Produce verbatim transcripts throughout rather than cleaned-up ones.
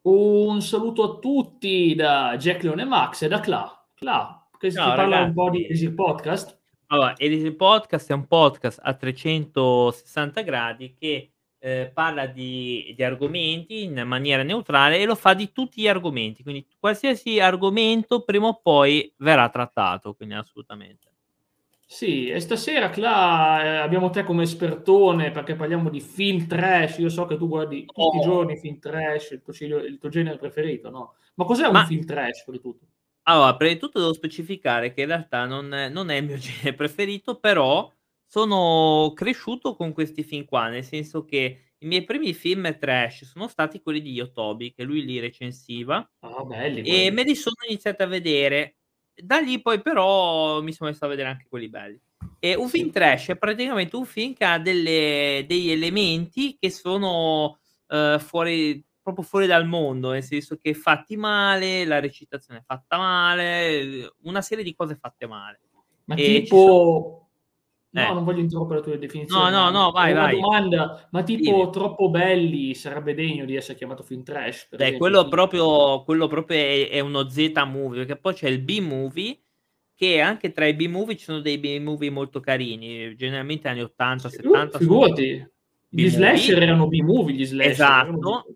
Un saluto a tutti da Jack Leone Max e da Cla. Cla, che s ti Ciao parla un po' di ragazzi. Easy Podcast? Allora, Easy Podcast è un podcast a trecentosessanta gradi che, ehm, parla di di argomenti in maniera neutrale e lo fa di tutti gli argomenti, quindi qualsiasi argomento prima o poi verrà trattato, quindi assolutamente. Sì, e stasera Cla, ehm, abbiamo te come espertone perché parliamo di film trash. Io so che tu guardi tutti i giorni Oh! film trash, il tuo ciglio il tuo genere preferito, no, ma cos'è un Ma film trash prima di tutto? allora, prima di tutto devo specificare che in realtà non non è il mio genere preferito, però sono cresciuto con questi film qua, nel senso che i miei primi film trash sono stati quelli di Yotobi, che lui li recensiva, Ah, belli e me quelli. li sono iniziati a vedere. Da lì poi però mi sono messo a vedere anche quelli belli. E un film Sì. trash è praticamente un film che ha delle degli elementi che sono, uhm, fuori proprio fuori dal mondo, nel senso che fatti male, la recitazione è fatta male, uhm, una serie di cose fatte male. Ma E ci so tipo no, Eh. non voglio interrompere la tua No, definizione, no, ma no, vai, ho una vai. domanda: ma Dimmi. tipo Troppo Belli sarebbe degno di essere chiamato film trash, per Beh, esempio, il quello film? proprio quello proprio è è uno Z-movie, perché poi c'è il B-movie, che anche tra i B-movie ci sono dei B-movie molto carini, generalmente anni 'ottanta, Figu 'settanta sono figurati. Gli B-movie. slasher erano B-movie, gli slasher erano B Esatto.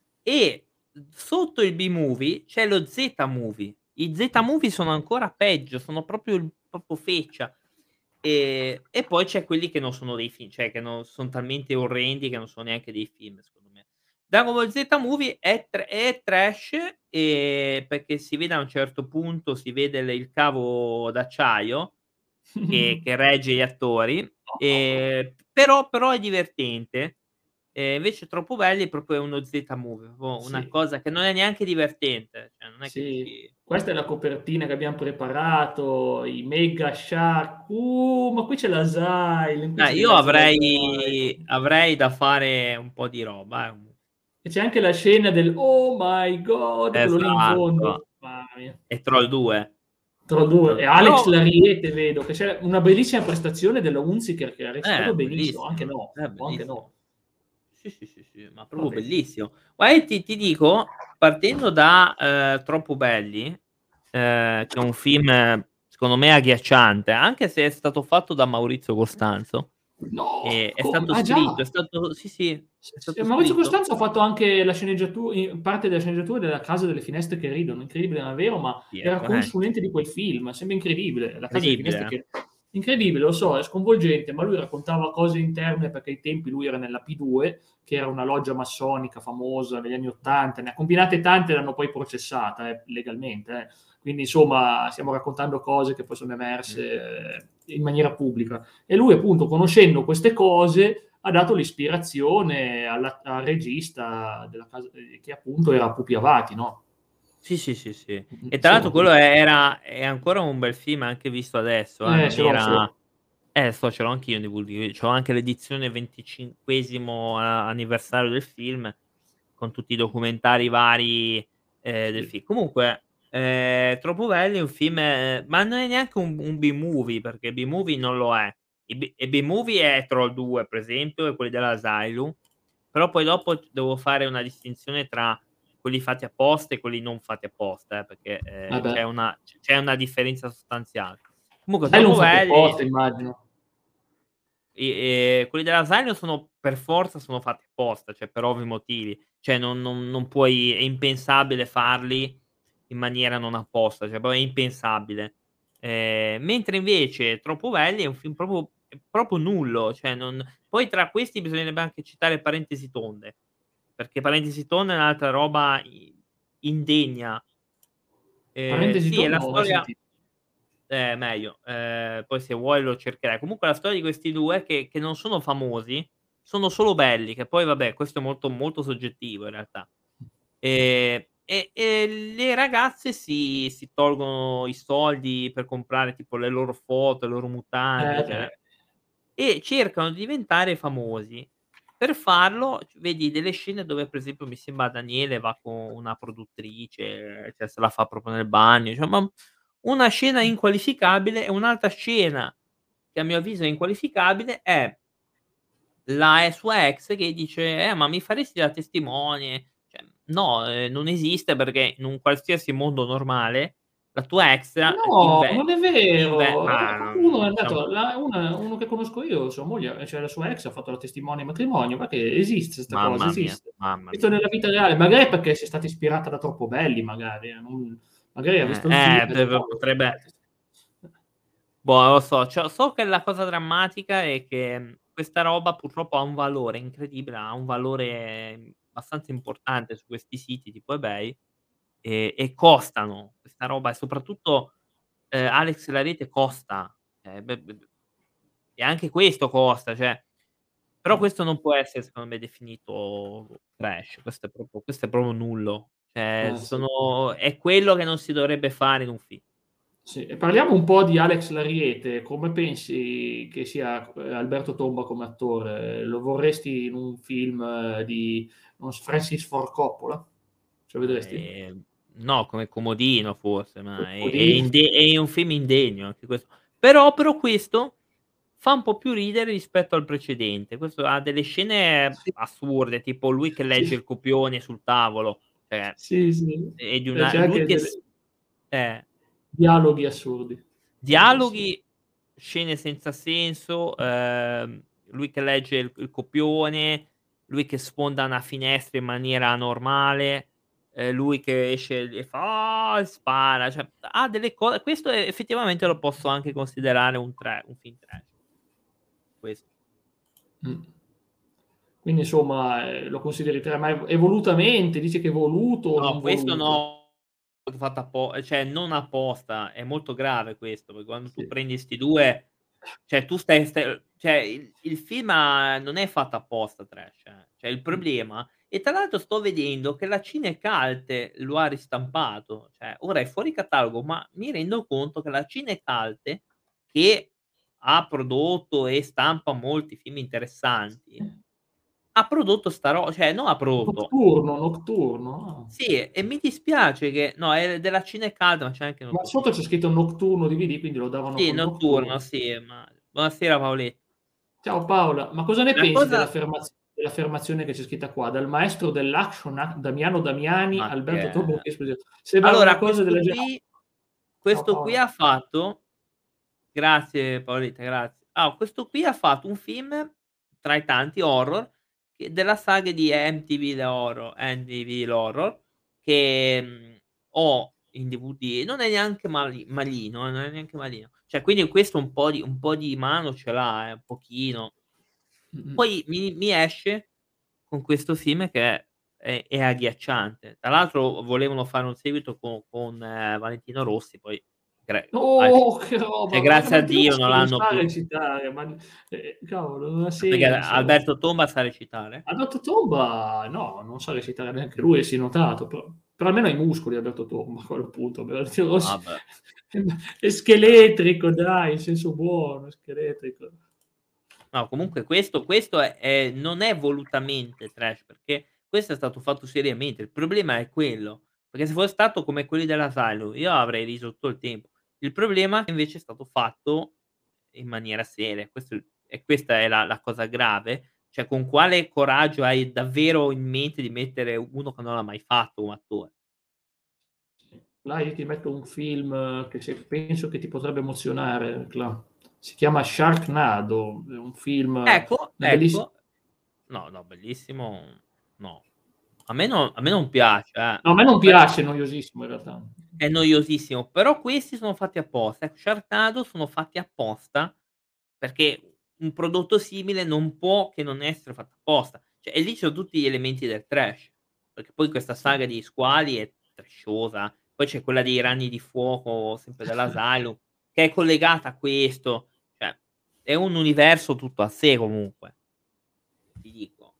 E sotto il B-movie c'è lo Z-movie. I Z-movie sono ancora peggio, sono proprio il proprio feccia. Ehm, e poi c'è quelli che non sono dei film, cioè che non son talmente orrendi che non sono neanche dei film secondo me. Dragon Ball Z-movie è tr è trash, ehm, perché si vede a un certo punto, si vede il il cavo d'acciaio che che regge gli attori, ehm, però però è divertente. Ehm, invece Troppo Belli è proprio uno Z-movie, proprio una Sì. cosa che non è neanche divertente, cioè non è che Sì, dici questa è la copertina che abbiam preparato, i Mega Shark. Uh, ma qui c'è la Xylem, qui Eh, c'è io grazie alla avrei Xylem. avrei da fare un po' di roba, eh. E c'è anche la scena del "Oh my God", quello lì in Esatto. fondo. Mamma mia. E Troll due. Troll due Troll e due. Alex Però l'Ariete vedo, che c'è una bellissima prestazione della Hunziker che ha Eh, recitato benissimo, anche bellissimo. no, Eh, o anche bellissimo. no. Sì, sì, sì, sì, ma proprio Vabbè. bellissimo. Ma io ti ti dico, partendo da, ehm, Troppo Belli, ehm, che è un film secondo me agghiacciante, anche se è stato fatto da Maurizio Costanzo, No, ehm, è come? stato Ah scritto, è già? stato sì, sì, S è s stato Maurizio scritto Costanzo ha fatto anche la sceneggiatu i parte della sceneggiatura della Casa delle finestre che ridono, incredibile ma vero, ma Sì, era ecco, eh. consulente di quel film, sembra incredibile. La Casa delle Incredibile, finestre eh. che incredibile, lo so, è sconvolgente, ma lui raccontava cose interne perché ai tempi lui era nella P due, che era una loggia massonica famosa negli anni 'ottanta, ne ha combinate tante e l'hanno poi processata, eh, legalmente, eh. Quindi insomma stiamo raccontando cose che poi sono Mh. emerse in maniera pubblica. E lui appunto conoscendo queste cose ha dato l'ispirazione alla al regista della casa ehm, che appunto era Pupi Avati, no? Sì, sì, sì, sì. Mh-mh, E tra l'altro insomma quello quindi e era è ancora un bel film anche visto adesso, eh, Eh, non ce l'ho, ce era l'ho. eh, so, ce l'ho anch'io in DVD, c'ho anche l'edizione venticinquesimo a anniversario del film, con tutti i documentari vari, ehm, del Sì. film. Comunque, ehm, Troppo Belli è un film ma non è neanche un un B-movie, perché B-movie non lo è. I B i B-movie è Troll due per esempio e quelli dell'Asylum, però poi dopo c devo fare una distinzione tra quelli fatti apposta e quelli non fatti apposta, eh, perché, Eh ehm, c'è beh. una c c'è una differenza sostanziale. Comunque Asylum Troppo fatti Belli apposta immagino. I ehm, quelli dell'Asylum sono per forza sono fatti apposta, cioè per ovvi motivi. Cioè non non non puoi è impensabile farli in maniera non apposta, cioè poi è impensabile. Ehm, mentre invece Troppo Belli è un film proprio è proprio nullo, cioè non poi tra questi bisognerebbe anche citare Parentesi tonde, perché Parentesi tonde è un'altra roba i indegna. Ehm, Parentesi sì, è tonde la non l'ho mai storia senti eh, meglio, ehm, poi se vuoi lo cercherai. Comunque la storia di questi due che che non sono famosi, sono solo belli, che poi vabbè questo è molto, molto soggettivo in realtà. Ehm, e e le ragazze si si tolgono i soldi per comprare tipo le loro foto, le loro mutande, Eh cioè beh. e cercano di diventare famosi. Per farlo c vedi delle scene dove per esempio mi sembra Daniele va con una produttrice, cioè se la fa proprio nel bagno, cioè ma una scena inqualificabile e un'altra scena che a mio avviso è inqualificabile è la e sua ex che dice: "Eh, ma mi faresti da testimone?" Cioè No, ehm, non esiste perché in un qualsiasi mondo normale la tua ex eh, ti No, inve non è ti inve vero. ma Uno è non andato siamo la una uno che conosco io, sua moglie cioè la sua ex ha fatto la testimone in matrimonio, ma che esiste 'sta cosa, Mamma mia, esiste. mamma Visto mia. nella vita reale, magari è perché si è stata ispirata da Troppo Belli magari, eh, non magari ha Eh, visto il film eh, e ha detto: p "Oh, potrebbe boh, non lo so, cioè so che la cosa drammatica è che, mhmm, questa roba purtroppo ha un valore incredibile, ha un valore abbastanza importante su questi siti tipo eBay, e e costano questa roba e soprattutto, ehm, Alex la rete costa, eh, be b e anche questo costa, cioè però Mh. questo non può essere secondo me definito trash, questo è proprio questo è proprio nullo. Cioè Eh, sì. sono è quello che non si dovrebbe fare in un film. Sì, e parliamo un po' di Alex Lariete. Come pensi che sia, ehm, Alberto Tomba come attore? Lo vorresti in un film di, non s Francis Ford Coppola? Ce lo Ma, vedresti? ehm, no, come comodino forse, ma è è Comodino. inde è un film indegno anche questo. Però però questo fa un po' più ridere rispetto al precedente. Questo ha delle scene Sì. assurde, tipo lui che legge Sì. il copione sul tavolo, cioè Sì, sì. è di E una c'è lui anche che s delle eh. dialoghi assurdi. Bellissimo. Dialoghi, scene senza senso, ehm, lui che legge il il copione, lui che sfonda una finestra in maniera anormale, ehm, lui che esce e fa: "Ah!" e spara, cioè ha delle co questo e effettivamente lo posso anche considerare un tra un film trash. Ques Mh. Quindi insomma, ehm, lo consideri tra ma e volutamente, dici che è voluto o No, non questo voluto? no, fatto appo cioè non apposta, è molto grave questo, perché quando tu Sì. prendi 'sti due cioè tu stai stai cioè il il film ha non è fatto apposta trash, eh. Cioè il Mh. problema e tra l'altro sto vedendo che la Cinecult lo ha ristampato, cioè ora è fuori catalogo, ma mi rendo conto che la Cinecult, che ha prodotto e stampa molti film interessanti, Sì. ha prodotto 'sta ro cioè no ha prodotto Nocturno, Nocturno, ah. sì, e mi dispiace che no, è della Cinecult, ma c'è anche Ma sotto Notturno. c'è scritto Nocturno D V D, quindi lo davano Sì, col Notturno, Nocturno. sì, ma buonasera Paolet Ciao Paola, ma cosa ne La pensi cosa dell'affermaz dell'affermazione che c'è scritta qua: "Dal maestro dell'action a Damiano Damiani, Ma che Alberto Tomba è Sembra una allora cosa questo della ge qui ciao questo qui Paola. ha fatto grazie Paoletta, grazie. Ah, questo qui ha fatto un film, tra i tanti horror, che della saga di Amityville Horror Amityville Horror, che, mhmm, ho in D V D, non è neanche mali malino, eh, non è neanche malino. Cioè quindi questo un po' di un po' di mano ce l'ha, eh, un pochino. Mh-mh. Poi mi mi esce con questo film che è è agghiacciante. Tra l'altro volevano fare un seguito co con Valentino Rossi, poi gra a Oh, che cioè roba! Ma che grazie a Valentino Dio non Rossi non l'hanno sa più recitare, ma n ehm, cavolo, non ha Ma perché senso. Alberto Tomba sa recitare? Alberto Tomba no, non sa recitare neanche lui, si è notato, però però almeno ha i muscoli Alberto Tomba, quello è il punto. Valentino Rossi Vabbè. è scheletrico dai, in senso buono, è scheletrico. No, comunque questo questo è è non è volutamente trash, perché questo è stato fatto seriamente. Il problema è quello, perché se fosse stato come quelli dell'Asylum io avrei riso tutto il tempo. Il problema invece è stato fatto in maniera seria. Questo il e questa è la la cosa grave, cioè con quale coraggio hai davvero in mente di mettere uno che non l'ha mai fatto come attore? Là io ti metto un film che se penso che ti potrebbe emozionare, cla si chiama Sharknado, è un film Ecco, una bellissi ecco. No, no, bellissimo no. A me no a me non piace, eh. No, a me non Pe piace, è noiosissimo in realtà. È noiosissimo, però questi sono fatti apposta. Ecco, Sharknado sono fatti apposta, perché un prodotto simile non può che non essere fatto apposta. Cioè e lì ci sono tutti gli elementi del trash, perché poi questa Sì. saga di squali è trashosa. Poi c'è quella dei Ragni di Fuoco, sempre dell'Asylum, che è collegata a questo, cioè è un universo tutto a sé comunque. Ti dico.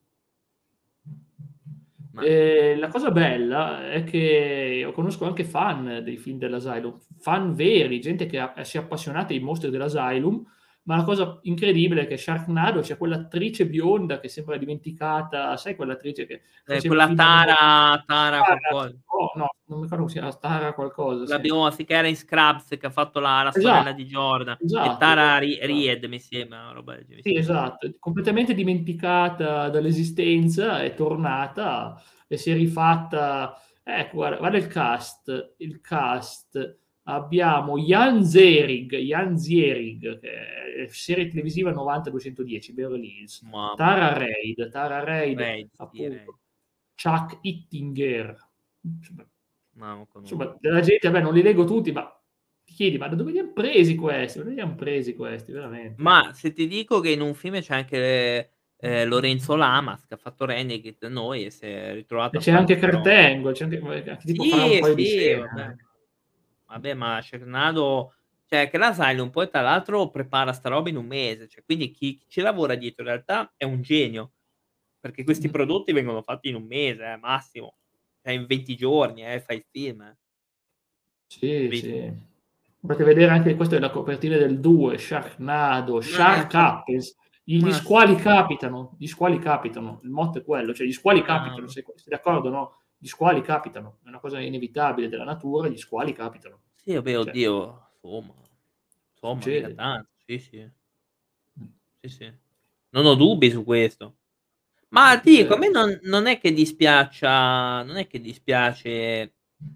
Ma Ehm, la cosa bella è che io conosco anche fan dei film dell'Asylum, fan veri, gente che ha si è appassionata ai mostri dell'Asylum, ma la cosa incredibile è che Sharknado c'è quell'attrice bionda che sembra dimenticata, sai quell'attrice che Ehm, faceva i quella film animo Tara Tara Tara, qualcosa. oh no, non mi ricordo come si chiama, Tara qualcosa, La sì. bionda, sì, che era in Scrubs, che ha fatto la la Esa sorella di Jordan, e esatto, Tara esatto, Re esa Reid mi sembra, una roba del genere, mi Sì, sembra. esatto, completamente dimenticata dall'esistenza, è tornata, e si è rifatta. Ecco, guarda, guarda il cast, il cast. Abbiamo Jan Zerig, Jan Zierig, che è serie televisiva novanta duecentodieci, Beverly Hills. Mamma Tara mia. Reid, Tara Reid, Reid, sì, Reid. appunto. Chuck Hittinger. Insomma, No, non conosco. insomma, della gente, vabbè, non li leggo tutti, ma ti chiedi, ma da dove li hanno presi questi? Dove li hanno presi questi, veramente? Ma se ti dico che in un film c'è anche, ehm, Lorenzo Lamas che ha fatto Renegade da noi e si è ritrovato E a c'è fare anche questa roba. Kurt c'è anche, anche tipo farà un Sì, paio di sì, scene. vabbè. eh. Vabbè, ma Sharknado cioè che l'Asylum poi tra l'altro prepara sta roba in un mese, cioè quindi chi chi ci lavora dietro in realtà è un genio, perché questi Mm. prodotti vengono fatti in un mese, eh, massimo. Cioè in venti giorni, eh, fai il film, eh. Sì, Capi sì. Potete vedere anche questa è la copertina del due, Sharknado, Ma Shark infa Happens. Gli gli ma squali sì, capitano, gli squali capitano, il motto è quello, cioè gli squali capitano, ma sei sei d'accordo, no? Gli squali capitano, è una cosa inevitabile della natura, gli squali capitano. sì, vabbè, Cioè, oddio, insomma, insomma, mica succede. tanto, sì, sì, Mh. sì, sì. Non ho dubbi su questo. Eh, Ma ti questo dico, a è me non non è che dispiaccia non è che dispiace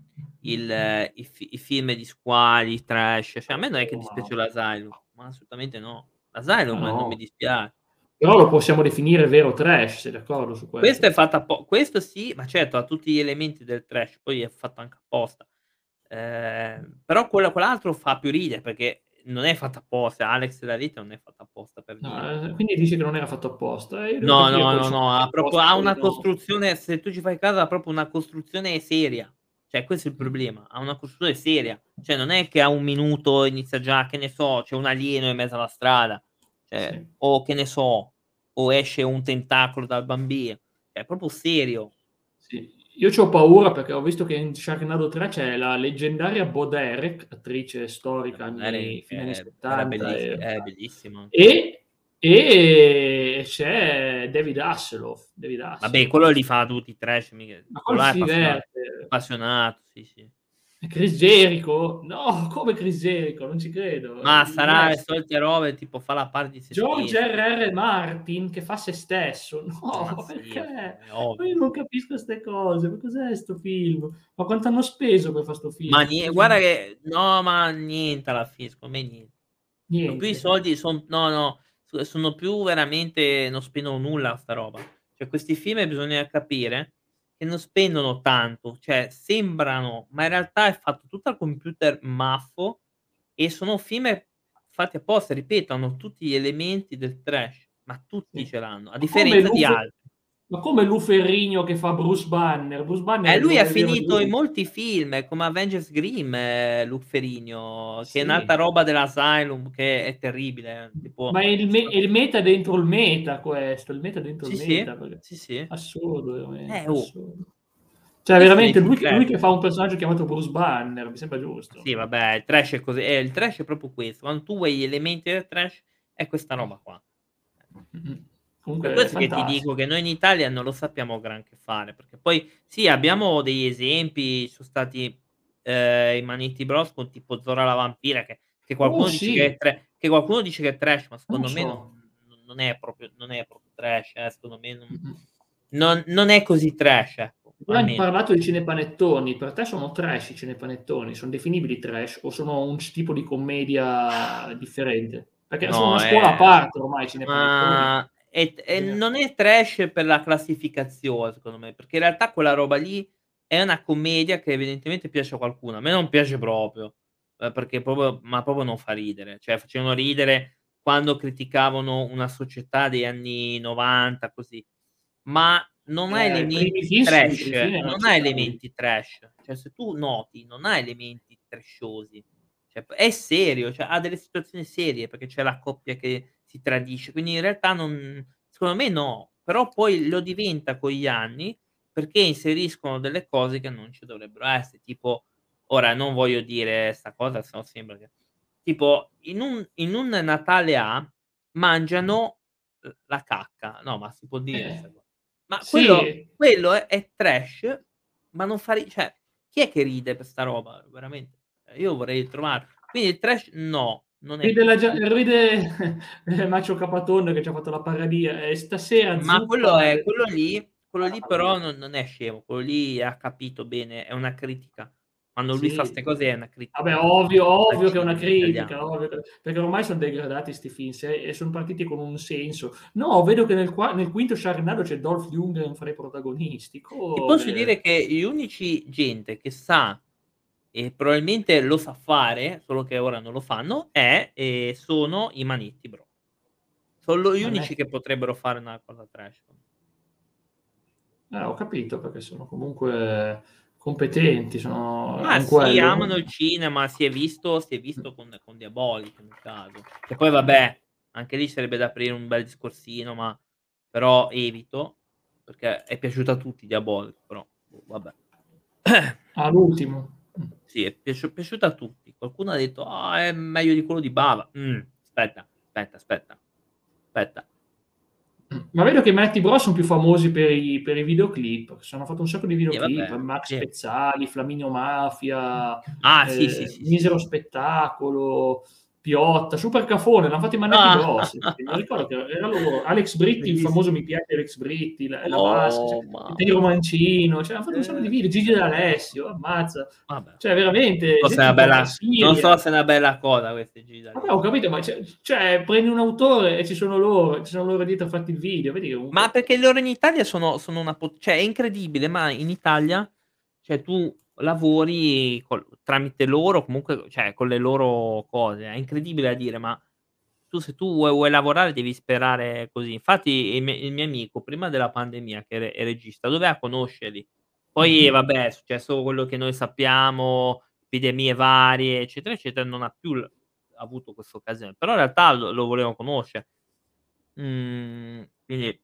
il i fi i film di squali, trash, cioè a me non è che oh, ma dispiace l'Asylum, ma assolutamente no. L'Asylum ma non mi no. dispiace. Però lo possiamo definire vero trash, sei d'accordo su Questo è questo? fatto appo questo sì, ma certo ha tutti gli elementi del trash, poi è fatto anche apposta. Ehm, però quello quell'altro fa più ridere perché non è fatto apposta, Alex la vita non è fatta apposta per No, niente. ehm, quindi dici che non era fatto apposta. E io devo No, capire no, quali no, sono no, quelli ha proprio apposta e ha quelli una no. costruzione se tu ci fai caso ha proprio una costruzione seria. Cioè questo è il Mh. problema, ha una costruzione seria. Cioè non è che a un minuto inizia già, che ne so, c'è un alieno in mezzo alla strada, cioè Sì. o che ne so, o esce un tentacolo dal bambino. Cioè è proprio serio. Sì. Io c'ho paura perché ho visto che in Sharknado tre c'è la leggendaria Bo Derek, attrice La storica Bollare anni fine anni è era settanta bellissi e è bellissima. e e c'è David Hasselhoff, David Vabbè Hasselhoff. quello li fa tutti i trash, mica Ma quello quello là è si appassiona diverte. appassionato, sì, sì. E Chris Jericho? No, come Chris Jericho? Non ci credo. Ma Il sarà le wrestler. solite robe, tipo fa la parte di se George stesso. R R. Martin che fa se stesso. Ma No, sì, perché? vabbè, è Ma io ovvio. non capisco 'ste cose. Ma cos'è 'sto film? Ma quanto hanno speso per fa 'sto film? Ma C'hanno nie speso un guarda che no, ma niente alla fine, secondo me niente. Son più i niente. soldi son no, no, s sono più veramente non spendono nulla a sta roba. Cioè questi film bisogna capire che non spendono tanto, cioè sembrano, ma in realtà è fatto tutto al computer maffo e sono film fatti apposta, ripeto, hanno tutti gli elementi del trash, ma tutti Sì. ce l'hanno, a Ma come differenza Lou di Fe altri. ma come Lou Ferrigno che fa Bruce Banner. Bruce Eh, Banner lui ha dovrebbe avere finito in lui. molti film, come Avengers Grimm, ehm, Luc Ferrigno, che è Sì. un'altra roba dell'Asylum che è terribile, eh, Ma tipo è il me è il meta dentro il meta questo, il meta dentro il sì, sì, meta, perché sì, sì. assurdo veramente, Eh, oh, assurdo. Cioè questo veramente dice il lui che lui trash. che fa un personaggio chiamato Bruce Banner, mi sembra Ma giusto. sì, vabbè, il trash è così eh, il trash è proprio questo, quando tu vuoi gli elementi del trash è questa roba qua. Mh-mh. Per Comunque è questo che ti dico fantastico. che noi in Italia non lo sappiamo granché fare, perché poi sì, abbiamo degli esempi, ci so' stati, ehm, i Manetti Bros con tipo Zora la vampira che che Oh qualcuno dice che sì, è tra che qualcuno dice che è trash, ma non lo secondo me so. non non è proprio non è proprio trash, eh, secondo me non Mh-mh. non non è così trash, ecco, Abbiam almeno. parlato di cinepanettoni, per te sono trash i cinepanettoni? Son definibili trash o sono un c tipo di commedia differente? Perché sono una No, scuola a è parte ormai i cinepanettoni. ma è t e Bisogna non è trash per la classificazione secondo me, perché in realtà quella roba lì è una commedia che evidentemente piace a qualcuno. A me non piace proprio, ehm, perché proprio ma proprio non fa ridere. Cioè facevano ridere quando criticavano una società degli anni 'novanta così, ma non ha eh, i primi elementi film sì, i trash, primi film erano non ha accettabili. elementi trash. Cioè se tu noti non ha elementi trashosi. Cioè p è serio, cioè ha delle situazioni serie, perché c'è la coppia che si tradisce, quindi in realtà non secondo me no, però poi lo diventa con gli anni, perché inseriscono delle cose che non ci dovrebbero essere, tipo ora non voglio dire 'sta cosa, se no sembra che tipo in un in un Natale A mangiano l la cacca. No, ma si può dire Eh, 'sta co ma quello sì, quello è è trash, ma non fa ri cioè chi è che ride per 'sta roba? Veramente. Cioè io vorrei trovar quindi il trash no, non è ride la gia così. ride Macio Capatonda che c'ha fatto la parodia, ehm: "Stasera Ma quello zuppa". è quello lì quello lì Ah, però non non è scemo, quello lì ha capito bene, è una critica. Quando lui fa sì. 'ste cose è una Vabbè, critica ovvio al ovvio che è una cinema critica, italiano. ovvio che perché ormai son degradati 'sti film, se e son partiti con un senso. No, vedo che nel qua nel quinto Sharknado c'è Dolph Lundgren fra i protagonisti. Ti posso Come? dire che gli unici gente che sa e probabilmente lo sa fare, solo che ora non lo fanno, è ehm, sono i Manetti Bro. Son lo gli unici Manetti. che potrebbero fare una cosa trash. Eh, ho capito, perché sono comunque competenti, sono Ma in sì, quello. amano il cinema, si è visto si è visto con con Diabolic nel caso. Che poi vabbè, anche lì sarebbe da aprire un bel discorsino, ma però evito, perché è piaciuto a tutti Diabolic, però boh, vabbè. Ah, l'ultimo. Mh. Sì, è piaciu piaciuto a tutti. Qualcuno ha detto: "Ah, è meglio di quello di Bava". Mh, aspetta, aspetta, aspetta, aspetta. Mh. Ma vedo che i Manetti Bros son più famosi per i per i videoclip, che s'hanno fatto un sacco di Sì, videoclip, vabbè, Max sì. Pezzali, Flaminio Mafia, Ah, sì, sì, ehm, sì, sì, Misero sì. Spettacolo, Piotta, Super Cafone, l'han fatto i Manetti Ah! Bros. Mi ricordo che era loro. Alex Britti, il Bellissi famoso "Mi piace Alex Britti", la la Vasca, cioè Oh, Piero mamma mia. Mancino, cioè han fatto un sacco di Eh, video, Gigi eh. D'Alessio, ammazza. Vabbè. Cioè Non veramente so se è gente una importa bella non so Siria. se è una bella cosa questi Gigi Vabbè, ho D'Alessio. capito, ma c'è cioè prendi un autore e ci sono loro, ci sono loro dietro a farti il video, vedi che Ma comunque perché loro in Italia sono sono una po cioè è incredibile, ma in Italia, cioè tu lavori col tramite loro, comunque cioè con le loro cose. È incredibile da dire, ma tu se tu vuoi vuoi lavorare devi sperare così. Infatti il mie il mio amico prima della pandemia che è è regista, doveva conoscerli. Poi mh-mh. vabbè, è successo quello che noi sappiamo, epidemie varie, eccetera, eccetera, non ha più l avuto questa occasione, però in realtà lo lo volevo conoscere. Mhmm, quindi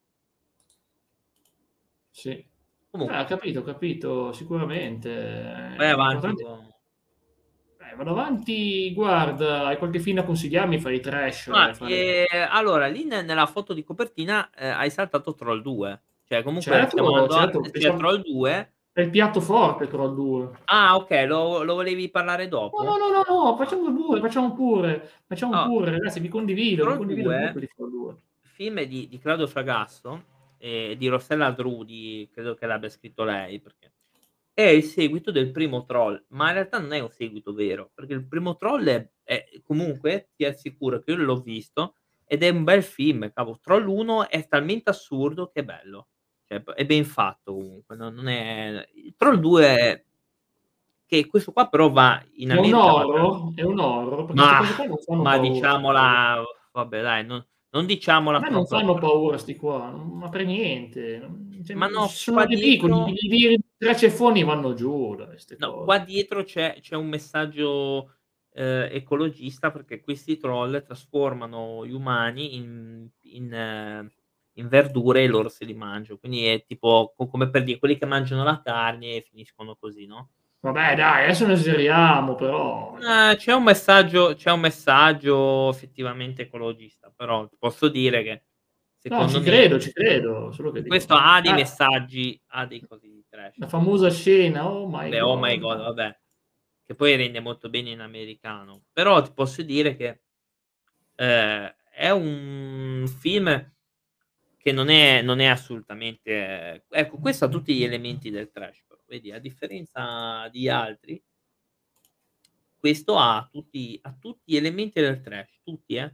Sì. Eh, ho comunque capito, ho capito, sicuramente. vai Ehm, avanti l'importante con eh, vado avanti, guarda, hai qualche film da consigliarmi? Fai trash, ma, fai ehm, allora lì ne nella foto di copertina, ehm, hai saltato Troll due. Cioè comunque stiamo certo, andando a certo, c'è pensavo Troll due. è il piatto forte Troll due. Ah, okay, lo lo volevi parlare No, no, dopo? no, no, no, Ah. facciamo pure, facciamo pure, facciamo Ah, pure, ragazzi, vi condivido, vi Troll condivido tutto due, di Troll due. film di di Claudio Fragasso e di Rossella Drudi, credo che l'abbia scritto lei, perché è il seguito del primo Troll, ma in realtà non è un seguito vero, perché il primo Troll è è comunque ti assicuro che io l'ho visto ed è un bel film, cavolo. Troll uno è talmente assurdo che è bello, cioè p è ben fatto comunque, no non è il Troll due è che questo qua però va in È un America va per horror? È un horror? Perché 'ste mah, cose qua non fanno ma paura, 'ste cose. diciamola vabbè dai, non non A diciamola me non troppo fanno aper paura 'sti qua, ma per niente. Non cioè, ma mhmm, no, sono qua dei piccoli, dietro gli tiri tre ceffoni vanno giù da 'ste no, qua cose. dietro c'è c'è un messaggio, ehm, ecologista, perché questi troll trasformano gli umani in in ehm, in verdure e loro se li mangiano. Quindi è tipo co come per dire quelli che mangiano la carne e finiscono così, no? Vabbè dai, adesso non esageriamo però, cioè. Ehm, c'è un messaggio c'è un messaggio effettivamente ecologista, però ti posso dire che No, secondo ci me credo, ci credo, solo che dico questo ha dei ah, messaggi ha dei cosi di trash. la famosa scena, "Oh my Beh, Oh My God", God, ma vabbè, che poi rende molto bene in americano. Però ti posso dire che, ehm, è un film che non è non è assolutamente ecco, questo ha tutti gli elementi del trash però, vedi, a differenza di altri, questo ha tutti ha tutti gli elementi del trash, tutti, eh.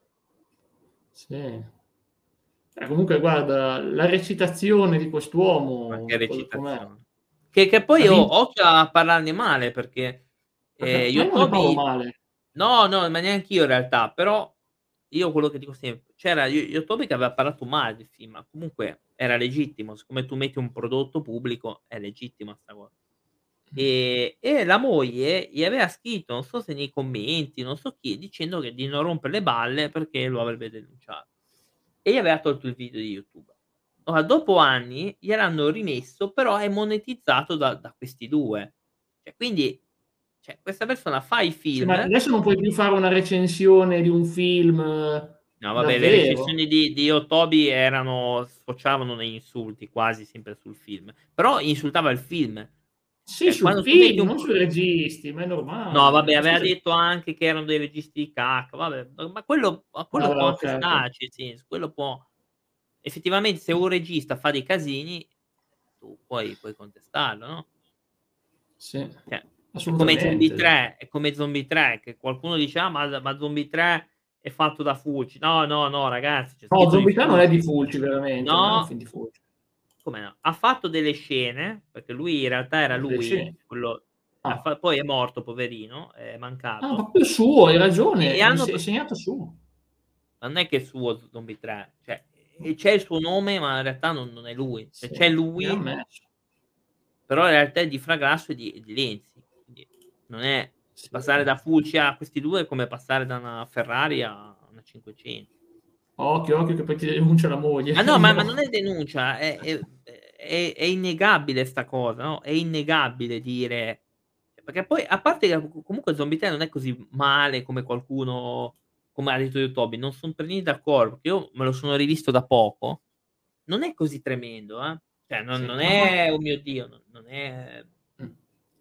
sì. Eh, comunque guarda, la recitazione di Ma che quest'uomo co com'è? recitazione. Che che Ha poi o vinto occhio a parlarne male perché, ehm, ma io non ne parlo Yotobi male. no, no, ma neanch'io in realtà, però io quello che dico sem c'era Yo Yotobi che aveva parlato male del film, ma comunque era legittimo, siccome tu metti un prodotto pubblico è legittima 'sta cosa. Ehm, e la moglie gli aveva scritto, non so se nei commenti, non so chi, dicendo che di non rompere le balle perché lo avrebbe denunciato. E gli aveva tolto il video di YouTube. Ora dopo anni gliel'hanno rimesso, però è monetizzato da da questi due. Cioè quindi cioè questa persona fa i Sì, ma film. adesso non puoi più fare una recensione di un film No vabbè, le davvero. recensioni di di Yotobi erano sfociavano negli insulti, quasi sempre sul film, però insultava il film. Sì, Cioè sul quando tu metti film, un non pro sui registi, ma è no normale. vabbè, Ma aveva scusa, detto anche che erano dei registi di cacca, vabbè, ma ma quello ma quello vabbè, può anche okay, okay. starci, sì, su quello può effettivamente se un regista fa dei casini tu puoi puoi contestarlo, no? Sì, Cioè, è come Zombie assolutamente. tre è come Zombie tre che qualcuno dice: "Ah, ma ma Zombie tre è fatto da Fulci." No, no, no ragazzi, c'è No, scritto di Zombie tre non è Fulci. di Fulci veramente, non è un No, film di Fulci. come no? Ha fatto delle scene, perché lui in realtà era Delle lui, scene. quello ha Ah. fa poi è morto poverino, è Ah, mancato. proprio suo, hai E ragione, e è hanno dise è p segnato suo. Ma non è che è suo Z Zombie tre, cioè, e c'è il suo nome, ma in realtà non non è lui. Cioè Sì, c'è e ha lui ammesso. però in realtà è di Fragrasso e di e di Lenzi, quindi non è Sì. passare da Fulci a questi due è come passare da una Ferrari a una cinquecento. Occhio, occhio che poi ti denuncia la moglie. Ma no, ma ma non No. è denuncia, è è è è innegabile 'sta cosa, no, è innegabile dire perché poi a parte che co comunque Zombie tre non è così male come qualcuno come ha detto Yotobi, non son per niente d'accordo, perché io me lo sono rivisto da poco, non è così tremendo, eh. Cioè non Sì, non ma poi è, oh mio Dio, non non è mh.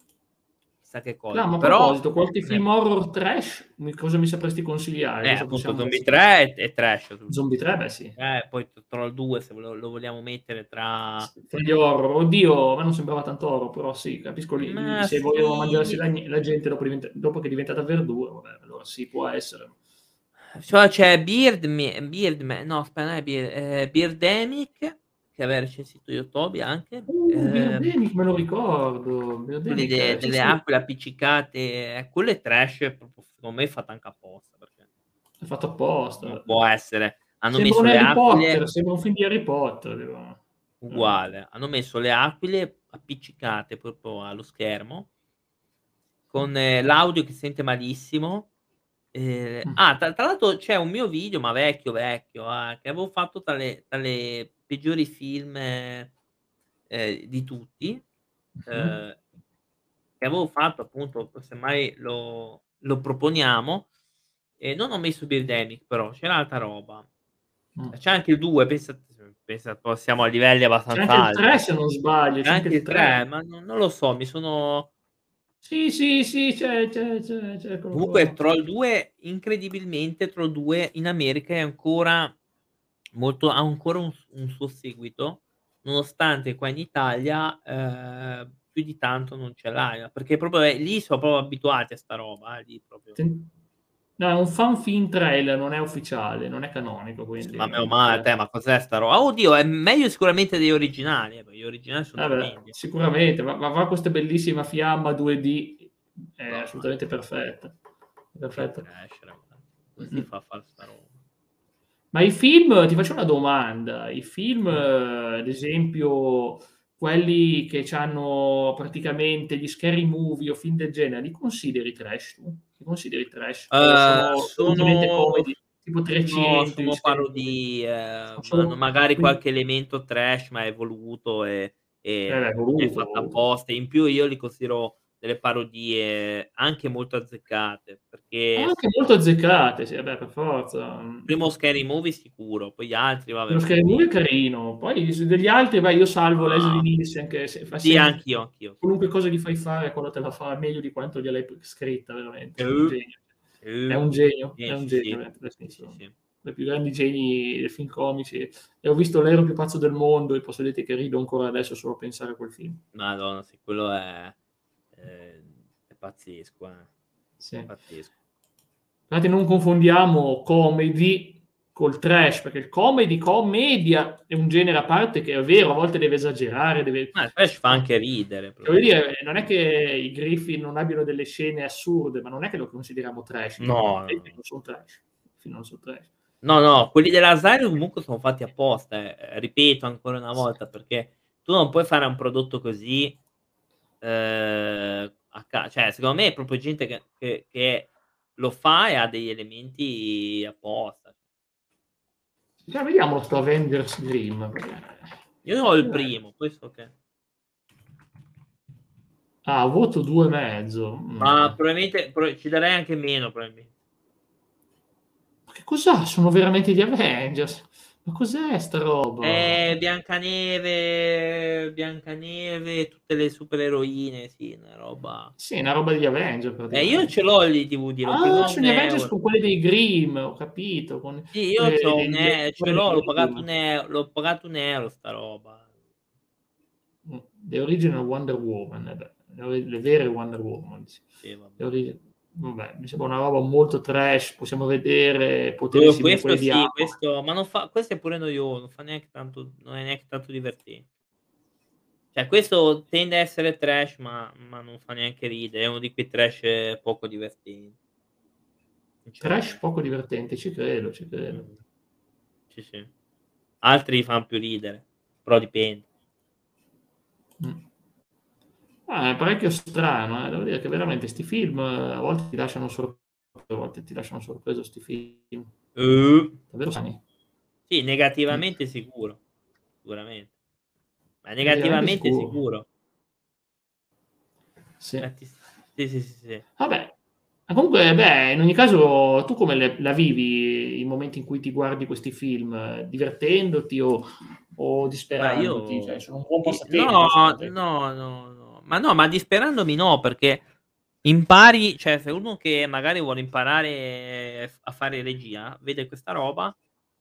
chissà che Cla cosa, ma a però proposito, qualche non è film male. horror trash, mi cosa mi sapresti consigliare? Eh, Così appunto possiamo Zombie adesso tre è è trash Zombie tre, assolutamente. beh sì. Eh, poi T Troll due se lo lo vogliamo mettere tra S tra gli horror. Oddio, a me non sembrava tanto horror, però sì, capisco lì lì Ma se vogliono mangiarsi sì. la gn la gente dopo diventa dopo che è diventata verdura, vabbè, allora sì, può essere. Cioè c'è Birdmi Birdme no aspe non è Bir ehm, Birdemic, che aveva recensito Yotobi anche, Uh, ehm Birdemic me lo ricordo. quelli de Birdemic, sì, delle sì. aquile appiccicate, eh, quello è trash proprio secondo me fatto anche apposta, perché È fatto non apposta. può essere. Hanno Sembra messo un le Harry aquile Potter, sembra un film di Harry Potter, dico, veramente. uguale, hanno messo le aquile appiccicate proprio allo schermo Mh. con l'audio che si sente malissimo. Ehm, Mh. ah, tra tra l'altro c'è un mio video, ma vecchio, vecchio, eh, che avevo fatto tra le tra le peggiori film, ehm, di tutti, Mh-mh. ehm, che avevo fatto appunto, poi semmai lo lo proponiamo, e non ho messo Birdemic però, c'era altra roba. Mh. C'è anche il due, pensa pensa po siamo a livelli C'è abbastanza anche il tre alti. se non sbaglio, C'è c'è anche anche il il tre. tre, ma non non lo so, mi sono Sì, sì, sì, c'è, c'è, c'è, c'è, eccolo Comunque qua. Troll due incredibilmente Troll due in America è ancora molto ha ancora un s un suo seguito, nonostante qua in Italia, ehm, più di tanto non ce l'aia, perché proprio è lì so proprio abituati a 'sta roba, eh, lì proprio. Ten no, è un fan film trailer, non è ufficiale, non è canonico, S quindi ma meno non male, te, ma cos'è 'sta ro ah, oddio, è meglio sicuramente degli originali, eh, perché gli originali son Eh beh, tremendi. sicuramente, ma ma va questa bellissima fiamma due D, è No, ma assolutamente perfetta. che Perfetta. trash ragazzi, come si Mh-mh. fa a far 'sta roba? Ma i film ti faccio una domanda, i film, Mh. ad esempio quelli che c'hanno praticamente gli scary movie o film del genere, li consideri trash tu? Li consideri trash o Uhm, sono assolutamente sono comedy, tipo no, trecento, gli sono scary movie? parodie, Son ma hanno solo magari quin qualche elemento trash, ma è voluto e Eh beh, e è voluto, fatto voluto. apposta. In più io li considero delle parodie anche molto azzeccate, perché Anche molto azzeccate, sì, vabbè, per forza, mh. primo Scary Movie sicuro, poi gli altri vabbè Lo un scary movie è pochino. carino, poi s degli altri, vai, io salvo Leslie Ah. Nielsen che se fa Sì, sempre anch'io, anch'io, sì. qualunque cosa gli fai fare quello te la fa meglio di quanto gliel'hai p scritta veramente, è un Uh, genio. È uh, un genio, è sì, un sì, genio sì. veramente, nel Sì, sì, senso, sì. tra i più grandi geni dei film comici. E ho visto L'ero più pazzo del mondo e posso dirti che rido ancora adesso solo a pensare a quel film. Madonna, sì, quello è ehm, è pazzesco, eh. Sì. Pazzesco. Fatti non confondiamo comedy col trash, perché il comedy, commedia è un genere a parte che è vero, a volte deve esagerare, deve Ma il trash fa anche ridere cioè voglio però. dire, non è che i Griffin non abbiano delle scene assurde, ma non è che lo consideriamo trash i film. No, I no, film no. non son trash. I film non son trash. No, no, quelli dell'Asylum comunque sono fatti apposta, eh, ripeto ancora una Sì. volta, perché tu non puoi fare un prodotto così, ehm, a ca cioè secondo me è proprio gente che che che lo fa e ha degli elementi apposta. Cioè vediamo 'sto Avengers Grimm, perché Io ho il primo, poi so che Ah, voto due e mezzo. Mh. ma probabilmente pro ci darei anche meno probabilmente. Ma che cos'ha? Sono veramente gli Avengers. Ma cos'è 'sta roba? Eh, Biancaneve Biancaneve, tutte le supereroine, sì, una roba Sì, è una roba degli Avengers Eh, io praticamente. ce l'ho i D V D, l'ho preso Ah, a sono un gli Avengers euro. con quelli dei Grimm, ho capito, con Sì, io le c'ho le un le e ce quelle l'ho, l'ho dei pagato Grimm. un e l'ho pagato un euro sta roba. Mh, The Original Wonder Woman, eh beh, le ori le vere Wonder Woman, sì. Sì, vabbè. Le origi vabbè, mi sembra una roba molto trash, possiamo vedere poteri Uh, simili a questo quelli di sì, Hulk. questo ma non fa questo è pure noioso, non fa neanche tanto non è neanche tanto diverten cioè questo tende a essere trash, ma ma non fa neanche ridere, è uno di quei trash poco divertenti. Trash Sinceramente. poco divertente, ci credo, ci credo. Mh-mh. Sì, sì. Altri fan più ridere, però dipende. Mh. Ah, è parecchio strano, eh, devo dire che veramente 'sti film a volte ti lasciano sor a volte ti lasciano sorpreso 'sti film. Uh. Davvero strani. Sì, Mh. negativamente sicuro, sicuramente. Ma Negativamente negativamente sicuro. sicuro. Sì. Eh ti s sì, sì, sì, sì. Vabbè, ma comunque beh, in ogni caso tu come le la vivi i momenti in cui ti guardi questi film? Divertendoti o o Ma disperandoti? Cioè io sono un buon i no, passatempo secondo te? no, no, no, ma no, ma disperandomi no, perché impari cioè se uno che magari vuole imparare f a fare regia, vede questa roba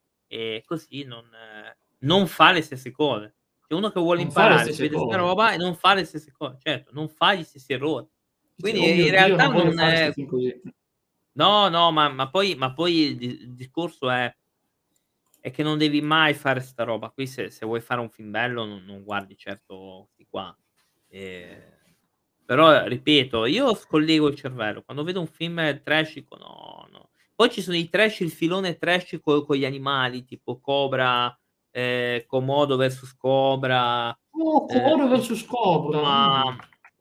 e così non non fa le stesse cose. Cioè uno che vuole Non fa le imparare, si stesse vede 'sta cose. roba e non fa le stesse cose. Certo, non fa gli stessi errori. Dice: Quindi "Oh i mio in Dio, realtà non voglio non fare 'sti film così." no, no, ma ma poi ma poi il di il discorso è è che non devi mai fare 'sta roba qui, se se vuoi fare un film bello non non guardi certo 'sti qua. Ehm, però ripeto, io scollego il cervello. Quando vedo un film trash dico: "No, no". Poi ci sono i trash, il filone trash co con gli animali, tipo Cobra, ehm, Komodo versus Cobra, Oh, ehm, Komodo op versus Cobra, ma mh.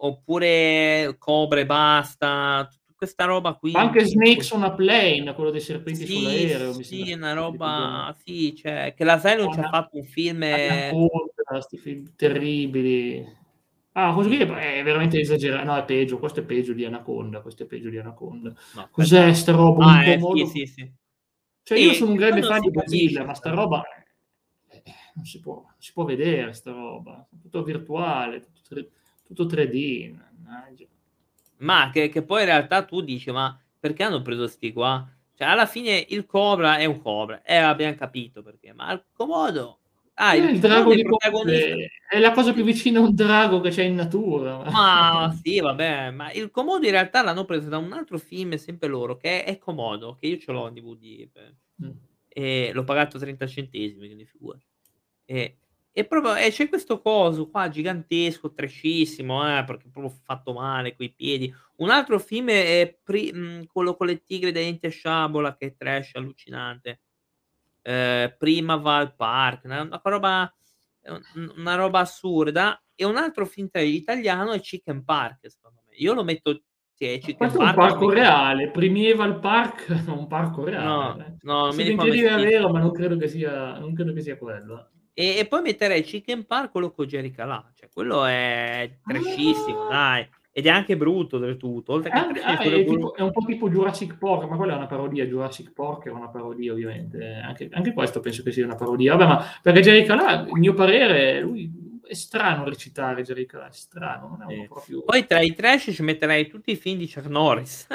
oppure Cobra e basta, t questa roba Ma qui anche tipo Snakes on a Plane, quello dei serpenti sì, sull'aereo, mi sembra sì, si una si chiama. roba sì, cioè che l'Asylum c'ha Ana fatto un film Anaconda, 'sti film terribili. Ah, questo qui sì, è sì. è veramente esagera no, è peggio, questo è peggio di Anaconda, questo è peggio di Anaconda. No, Cos'è aspetta. 'sta roba? Un Ah, eh, sì, Komodo sì, sì. cioè io E sono un che poi grande non fan si di Godzilla, capisce ma 'sta sta roba. roba, eh, eh, non si può non si può vedere sta roba. Tutto virtuale, tutto tre tutto tre D, mannaggia. Ma che che poi in realtà tu dici: "Ma perché hanno preso 'sti qua?" Cioè alla fine il Cobra è un Cobra, eh, abbiam capito perché, ma il Komodo ah, Eh, il il Komodo drago è di Komodo protagonista è è la cosa più sì. vicina a un drago che c'è in natura. Ma sì, vabbè, ma il Komodo in realtà l'hanno preso da un altro film, sempre loro, che è Komodo, che io ce l'ho in D V D pe Mh. e l'ho pagato trenta centesimi, quindi figurati. E e proprio e c'è questo coso qua gigantesco, trashissimo, eh, perché è proprio fatto male coi piedi. Un altro film è pri mhmm, quello con le tigri dai denti a sciabola che è trash allucinante. Ehm, prima va al park, una una roba è un un una roba assurda. E un altro film tra italiano è Chicken Park secondo me. Io lo metto sì, è Ma Chicken questo è un Park lo parco metto reale, Primeval Park è un parco reale, no, eh. no, non Posso mi ricordo come si dire è chiama. vero, ma non credo che sia non credo che sia quello, eh. E e poi metterei Chicken Park, quello con Jerry Calà, cioè quello è trashissimo Ah! dai, ed è anche brutto oltretutto, oltre È che anche ah, trashissimo pure è bru tipo è un po' tipo Jurassic Park, ma quella è una parodia, Jurassic Park era una parodia ovviamente, anche anche questo penso che sia una parodia. Vabbè, ma perché Jerry Calà, il mio parere, lui è strano recitare Jerry Calà, è strano, non è uno sì. proprio Poi tra i trash ci metterei tutti i film di Chuck Norris.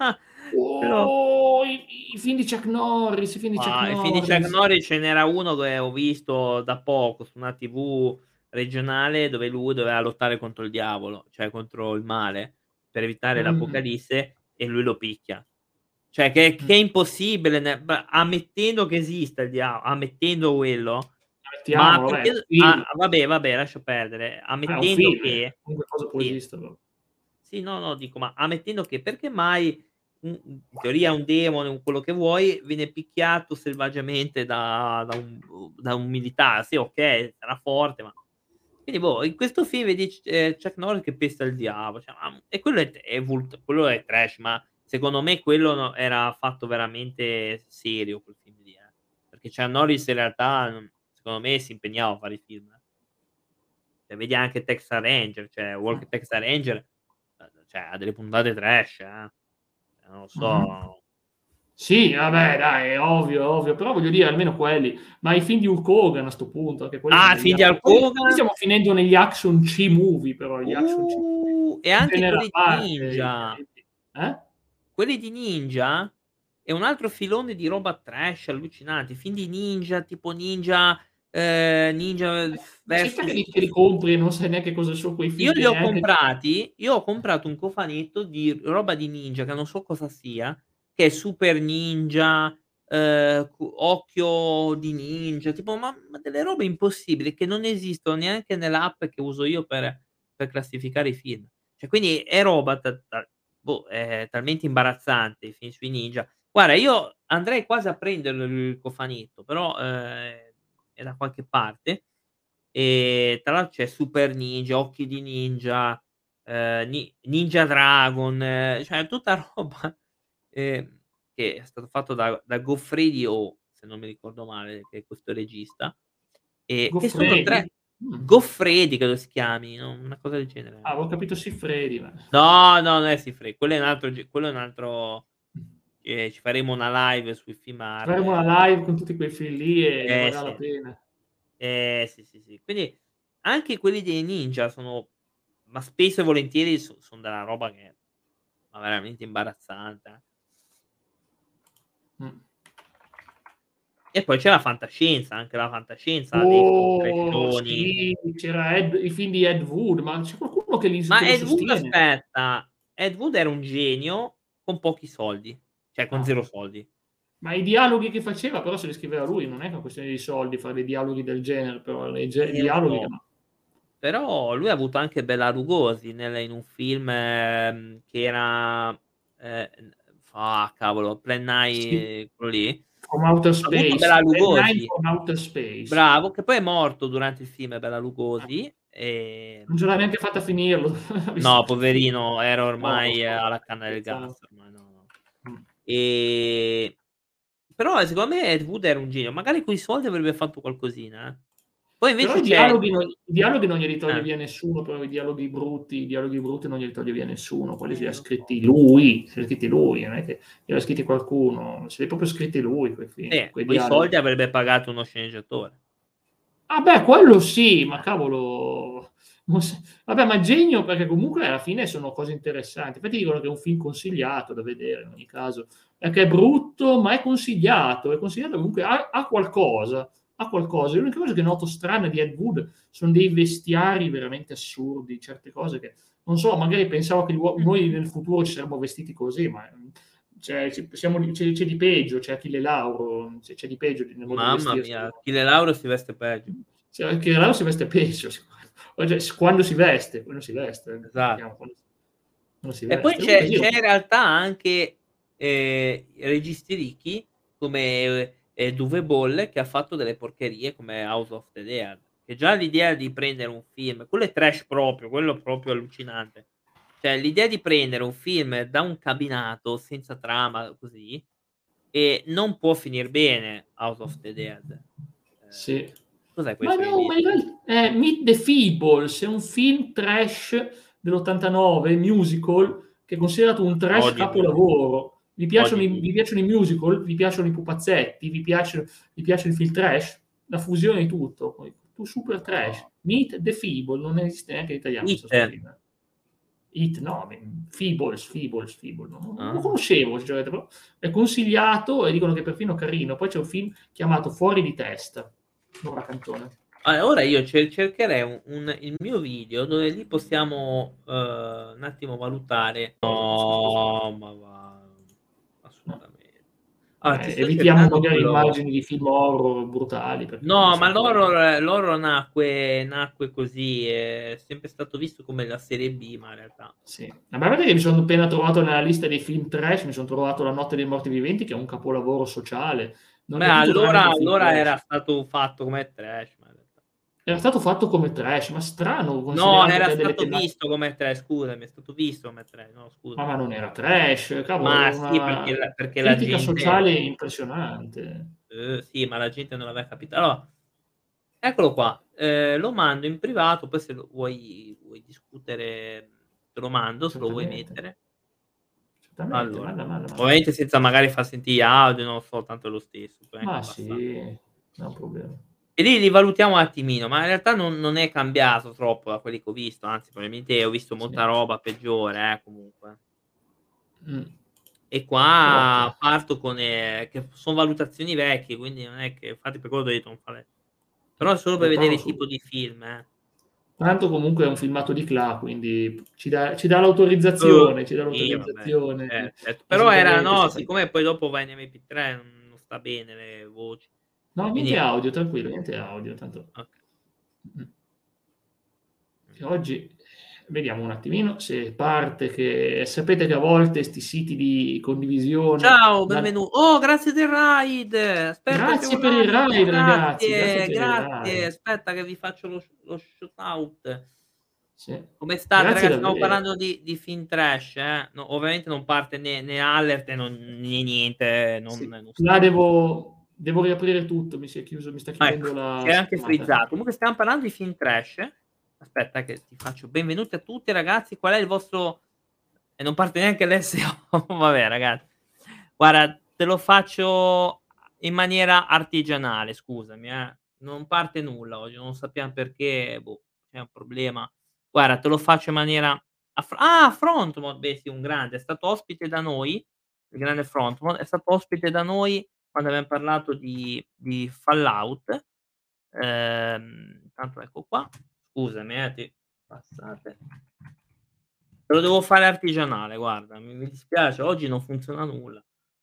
Quello oh, i i film di Chuck Norris, i film di Chuck ma i film di Chuck Norris. Norris ce n'era uno che ho visto da poco su una T V regionale, dove lui doveva lottare contro il diavolo, cioè contro il male, per evitare Mh-mh. l'apocalisse e lui lo picchia. Cioè che Mh. che è impossibile ne b ammettendo che esista il dia ammettendo quello, ma Mettiamolo, vabbè, è un perché film. ah, vabbè, vabbè, lascia perdere. Eh, è un Ammettendo film, eh, che qualunque cosa può sì, esistere. sì, no, no, dico, ma ammettendo che perché mai un un in teoria un demone, un quello che vuoi, viene picchiato selvaggiamente da da un uhm, da un militare. Sì, okay, sarà forte, ma quindi boh, in questo film vedi c ehm, Chuck Norris che pesta il diavolo, cioè ma e quello è t è vult quello è trash, ma secondo me quello no era fatto veramente serio quel film lì, eh. Perché Chuck Norris in realtà, non secondo me si impegnava a fare i film, eh. Cioè vedi anche Texas Ranger, cioè Walk Texas Ranger, uhm, cioè ha delle puntate trash, eh. Cioè non lo Mh-mh. so. Sì, vabbè dai, è ovvio, è ovvio, però voglio dire almeno quelli. Ma i film di Hulk Hogan a 'sto punto, anche quelli sono Ah, degli film di a Hulk poi qui Hogan. stiamo finendo negli action C-movie però, gli action C-movie, Uh, e un anche genere a quelli di parte Ninja. incredibile. Eh? Quelli di Ninja è un altro filone di roba trash allucinante. Film di ninja, tipo Ninja Ehm, Ninja Ma ci sta che versus li che li compri e non sai neanche cosa so quei Io film che li ho neanche comprati io ho comprato un cofanetto di roba di ninja che non so cosa sia, che è Super Ninja, ehm, cu Occhio di Ninja, tipo ma ma delle robe impossibili che non esistono neanche nell'app che uso io per per classificare i film. Cioè quindi è roba ta ta boh, è talmente imbarazzante i film sui ninja. Guarda, io andrei quasi a prenderlo il cofanetto, però, ehm, è da qualche parte. E tra l'altro c'è Super Ninja, Occhi di Ninja, ehm, Ni Ninja Dragon, eh, cioè tutta roba, ehm, che è stato fatto da da Goffredi O, se non mi ricordo male, che è questo regista, e che sono tre Goffredi? Mh. Goffredi credo si chiami, no, una cosa del genere. Ah, avevo capito Siffredi, ma No, no, non è Siffredi, quello è un altro ge quello è un altro, ehm, ci faremo una live sui film ci faremo Marvel. una live con tutti quei film lì e ne Eh varrà la sì. pena. Eh sì, sì, sì. Quindi anche quelli dei ninja sono, ma spesso e volentieri so son della roba che ma veramente imbarazzante. Mh. E poi c'è la fantascienza, anche la fantascienza ha dei film Oh trashoni. sì, c'era Ed i film di Ed Wood, ma c'è qualcuno che li s Ma che lo Ed Wood sostiene? aspetta, Ed Wood era un genio con pochi soldi, cioè con Ah. zero soldi. Ma i dialoghi che faceva però se li scriveva lui, non è che è una questione di soldi fare dei dialoghi del genere, però le ge Eh lo dialoghi so, no. però lui ha avuto anche Bela Lugosi nel in un film, ehm, che era, ehm, n ah cavolo, Plan Sì, nine quello lì. From Outer Ha avuto Space, Bela Plan nine Lugosi. from Outer Space. Bravo, che poi è morto durante il film Bela Eh, Lugosi, ehm, non ce l'ha neanche fatta a finirlo, ha visto no tutto lì. poverino era Povero, ormai povero, alla canna del scherzando. gas, ormai no, no. Mh. Ehm, però secondo me Ed Wood era un genio, magari coi soldi avrebbe fatto qualcosina, eh. Poi Però invece i c'è dialoghi non i dialoghi non glieli toglie eh, via nessuno, però i dialoghi brutti i dialoghi brutti non glieli toglie via nessuno, quelli se li eh ha lo so. scritti lui, se li ha scritti lui, non è che li ha scritti qualcuno, se li ha proprio scritti lui quei film, Sì, quei coi soldi dialoghi. avrebbe pagato uno sceneggiatore. Ah beh, quello sì, ma Eh, cavolo, non s vabbè, ma genio perché comunque alla fine sono cose interessanti. Infatti dicono che è un film consigliato da vedere in ogni caso, perché è brutto, ma è consigliato, è consigliato comunque ha ha qualcosa, ha qualcosa. L'unica cosa che noto strana di Ed Wood son dei vestiari veramente assurdi, certe cose che non so, magari pensavo che l'uo noi nel futuro ci saremmo vestiti così, ma, mhmm, cioè ci siamo di c'è c'è di peggio, c'è Achille Lauro, c'è c'è di peggio nel modo di mamma vestirsi. mia, Achille Lauro si veste peggio. Cioè anche Real si veste peggio secondo me. Cioè s quando si veste, quando si veste, Esatto. diciamo, quando quando si E poi veste. Comunque c'è sì, c'è in realtà anche, ehm, registi ricchi come, ehm, Uwe Boll che ha fatto delle porcherie come House of the Dead, che già l'idea di prendere un film quello è trash proprio, quello proprio allucinante. Cioè l'idea di prendere un film da un cabinato senza trama così, e non può finir bene House of the Dead. Ehm, sì. cos'è Ma questo che no, mi ma in real eh, Meet the Feebles è un film trash dell'ottantanove, musical, che è considerato un trash odio i musical, capolavoro. Vi odio piacciono i i vi musical. piacciono i musical? Vi piacciono i pupazzetti? Vi piacciono vi piacciono i film trash? La fusione di tutto, poi tu super trash. No. Meet the Feeble, non esiste neanche in italiano It. penso 'sto film. It no, mhmm, Feebles, Feebles, Feeble, no non lo Ah. conoscevo sinceramente, però è consigliato e dicono che è perfino carino. Poi c'è un film chiamato Fuori di testa, Nora Cantone. Ah, ora io cer cercherei un un il mio video dove lì possiamo, uhm, un attimo valutare Cosa questo scusa? no, ma va, No. assolutamente. Allora ti Eh, sto evitiamo cercando magari quello immagini di film horror brutali perché quelli no, ma son poi l'horror l'horror nacque nacque così, è sempre stato visto come la serie B, ma in realtà sì. Ma guardate che mi sono appena trovato nella lista dei film trash, mi son trovato La notte dei morti viventi che è un capolavoro sociale. Non beh, è tutto tranne allora che film allora trash. era stato fatto come trash, ma in realtà Era stato fatto come trash, ma strano no, considerando era che ha delle stato temati visto come trash, scusami, è stato visto come trash, no ma scusami. ma non era trash, cavolo, Ma era sì, una perché la perché la critica gente sociale impressionante. uhm, sì, ma la gente non aveva capito. Allora, eccolo qua, ehm, lo mando in privato, poi se lo vuoi vuoi discutere, te lo mando, se lo vuoi Certamente, mettere. certamente, Allora, manda, manda, manda. ovviamente senza magari far sentire audio, non lo so, tanto è lo stesso, puoi anche Ma abbassa sì, non problema. e lì li valutiamo un attimino, ma in realtà non non è cambiato troppo da quelli che ho visto, anzi probabilmente ho visto molta Sì. roba peggiore, eh, comunque. Mh. E Forte. qua parto con ehm, che son valutazioni vecchie, quindi non è che infatti per quello t'ho detto non fare Però è solo per Lo vedere provo il tipo subito. di film, eh. Tanto comunque è un filmato di Cla, quindi ci dà ci dà Uh, l'autorizzazione ci dà sì vabbè, l'autorizzazione di cer certo. Però era assolutamente, no, sì, sì. siccome poi dopo va in M P tre non non sta bene le voci. No, niente Quindi audio, tranquillo, niente audio, tanto Okay. mh-mh. Mh. Che oggi vediamo un attimino se parte che sapete che a volte 'sti siti di condivisione Ciao, dan benvenu oh, grazie del raid! Aspetta, c'è Grazie un per il raid, raid ragazzi, grazie grazie, per il grazie. raid. Aspetta che vi faccio lo sh lo shoutout. Sì, Come state grazie ragazzi? Stiamo davvero. parlando di di film trash, eh. No, ovviamente non parte né né Allert, non né niente, non Sì, non là stiamo devo devo riaprire tutto, mi si è chiuso mi sta Ecco, chiudendo la si è anche schermata. frizzato. Comunque stiam parlando di film trash. Aspetta che ti faccio benvenuti a tutti ragazzi, qual è il vostro e non parte neanche l'S O, vabbè ragazzi. Guarda, te lo faccio in maniera artigianale, scusami, eh. Non parte nulla oggi, non sappiam perché, boh, c'è un problema. Guarda, te lo faccio in maniera a F ah, Frontmod, beh sì, un grande, è stato ospite da noi, il grande Frontmod, è stato ospite da noi quando abbiam parlato di di Fallout. Ehm, tanto ecco qua, scusami eh, ti passate. Te lo devo fare artigianale, guarda, mi mi dispiace, oggi non funziona nulla.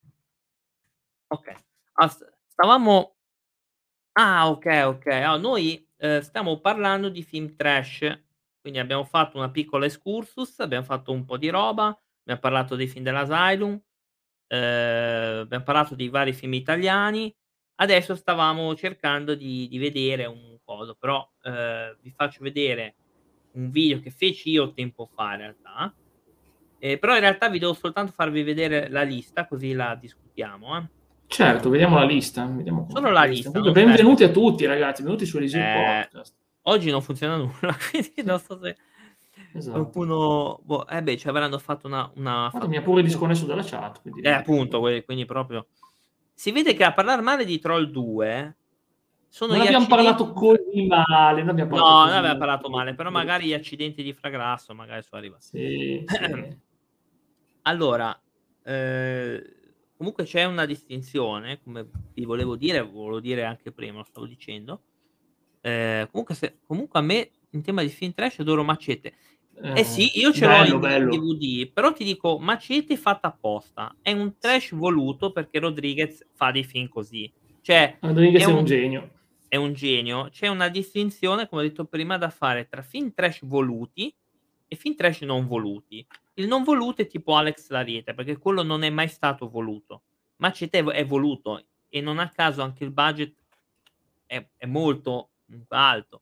Okay, as stavamo ah, okay, okay. Ah, noi, ehm, stiamo parlando di film trash, quindi abbiamo fatto una piccola excursus, abbiam fatto un po' di roba, abbiam parlato dei film dell'Asylum, ehm, abbiam parlato di vari film italiani. Adesso stavamo cercando di di vedere un coso, però, ehm, vi faccio vedere un video che feci io tempo fa in realtà. Ehm, però in realtà vi devo soltanto farvi vedere la lista, così la discutiamo, eh. Certo, vediamo la lista, vediamo Solo com'è la questa. lista, Comunque non serve benvenuti a tutti ragazzi, benvenuti su Elisir Eh, Podcast. oggi non funziona nulla, quindi Sì. non so se Esatto. qualcuno boh, eh beh, ci avranno fatto una una Guarda, mi ha fattura. pure Comunque disconnesso dalla chat, quindi eh, vedi che appunto, comunque que quindi proprio si vede che a parlar male di Troll due sono Non gli abbiam accidenti parlato di Fra così male, non abbiam no, parlato non così aveva male. parlato male, però magari gli accidenti di Fragrasso magari so arriva Sì, sì. Allora, ehm, comunque c'è una distinzione, come vi volevo dire, volevo dire anche prima, lo stavo dicendo. Ehm, comunque se comunque a me in tema di film trash adoro Macete. Eh Eh, sì, io ce l'ho bello, in in bello. D V D, però ti dico Macete fatta apposta. È un S trash voluto perché Rodriguez fa dei film così. ceh è Rodriguez è un un genio. è un genio. C'è una distinzione, come ho detto prima, da fare tra film trash voluti e film trash non voluti. Il non voluto è tipo Alex l'Ariete, perché quello non è mai stato voluto. Macete è v è voluto e non a caso anche il budget è è molto, mhmm, alto.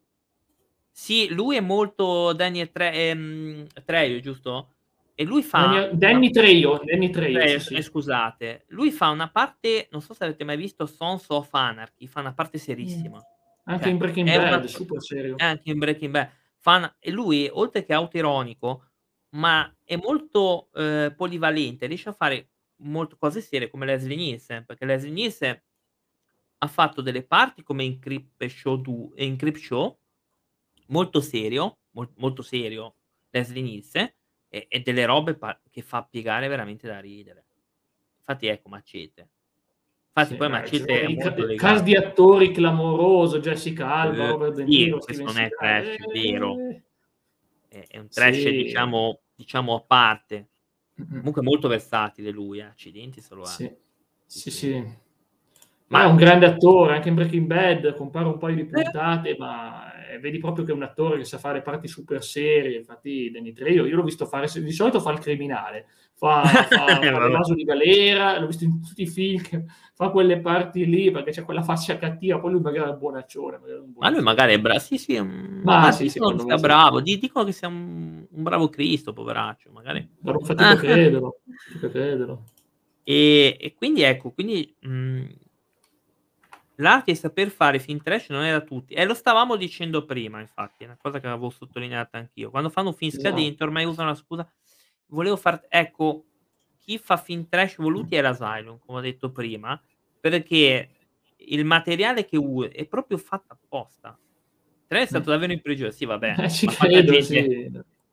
Sì, lui è molto Daniel Tre ehm, Trejo, giusto? E lui fa Daniel una Danny Trejo, Danny Trejo, sì, Trejo, eh, sì. scusate. Lui fa una parte non so se avete mai visto Sons of Anarchy, fa una parte Mh. serissima. Anche in ceh, Breaking è una Bad, co super e serio. anche in Breaking Bad. Fa na e lui oltre che autoironico, ma è molto, ehm, polivalente, riesce a fare molto cose serie come Leslie Nielsen, perché Leslie Nielsen ha fatto delle parti come in Creepshow du in Creepshow, molto serio, mol molto serio Leslie Nielsen, e e delle robe pa che fa piegare veramente da ridere. Fatti ecco Macete. Fatti Sì, poi beh, ci sono Macete è i ca molto cast legato di attori clamoroso, Jessica Alba, Uh, Robert De sì, Niro, questo Steven non è Seagal, trash vero. eh. È è un trash Sì. diciamo diciamo a parte. Mh-mh. Comunque molto versatile lui eh, accidenti se lo è. Sì. Sì, Sì, sì. sì. Beh, è Ma un grande attore, anche in Breaking Bad compare un paio di Eh. puntate, ma, ehm, vedi proprio che è un attore che sa fare parti super serie. Infatti Danny Trejo io l'ho visto fare s di solito fa il criminale, fa fa Eh, fa vabbè. l'evaso di galera, l'ho visto in tutti i film che fa quelle parti lì, perché c'ha quella faccia cattiva, poi lui magari è un bonaccione, magari è un Ma lui buonazzone. magari è bra sì, sì, mhmm, Ma ma sì, dicono che secondo me sia sì. bravo, di dicono che sia un un bravo Cristo poveraccio, magari Ma non fatico a crederlo, fatico a crederlo. E e quindi ecco, quindi, mhmm l'arte di saper fare film trash non è da tutti. E lo stavamo dicendo prima infatti, è una cosa che avevo sottolineato anch'io. Quando fanno un film Esatto. scadente ormai usano la scusa volevo far ecco, chi fa film trash voluti è l'Asylum, come ho detto prima, perché il materiale che u è proprio fatto apposta. tre è Mh. stato davvero in prigione, sì vabbè, Eh, ci ma quanta credo, gente sì.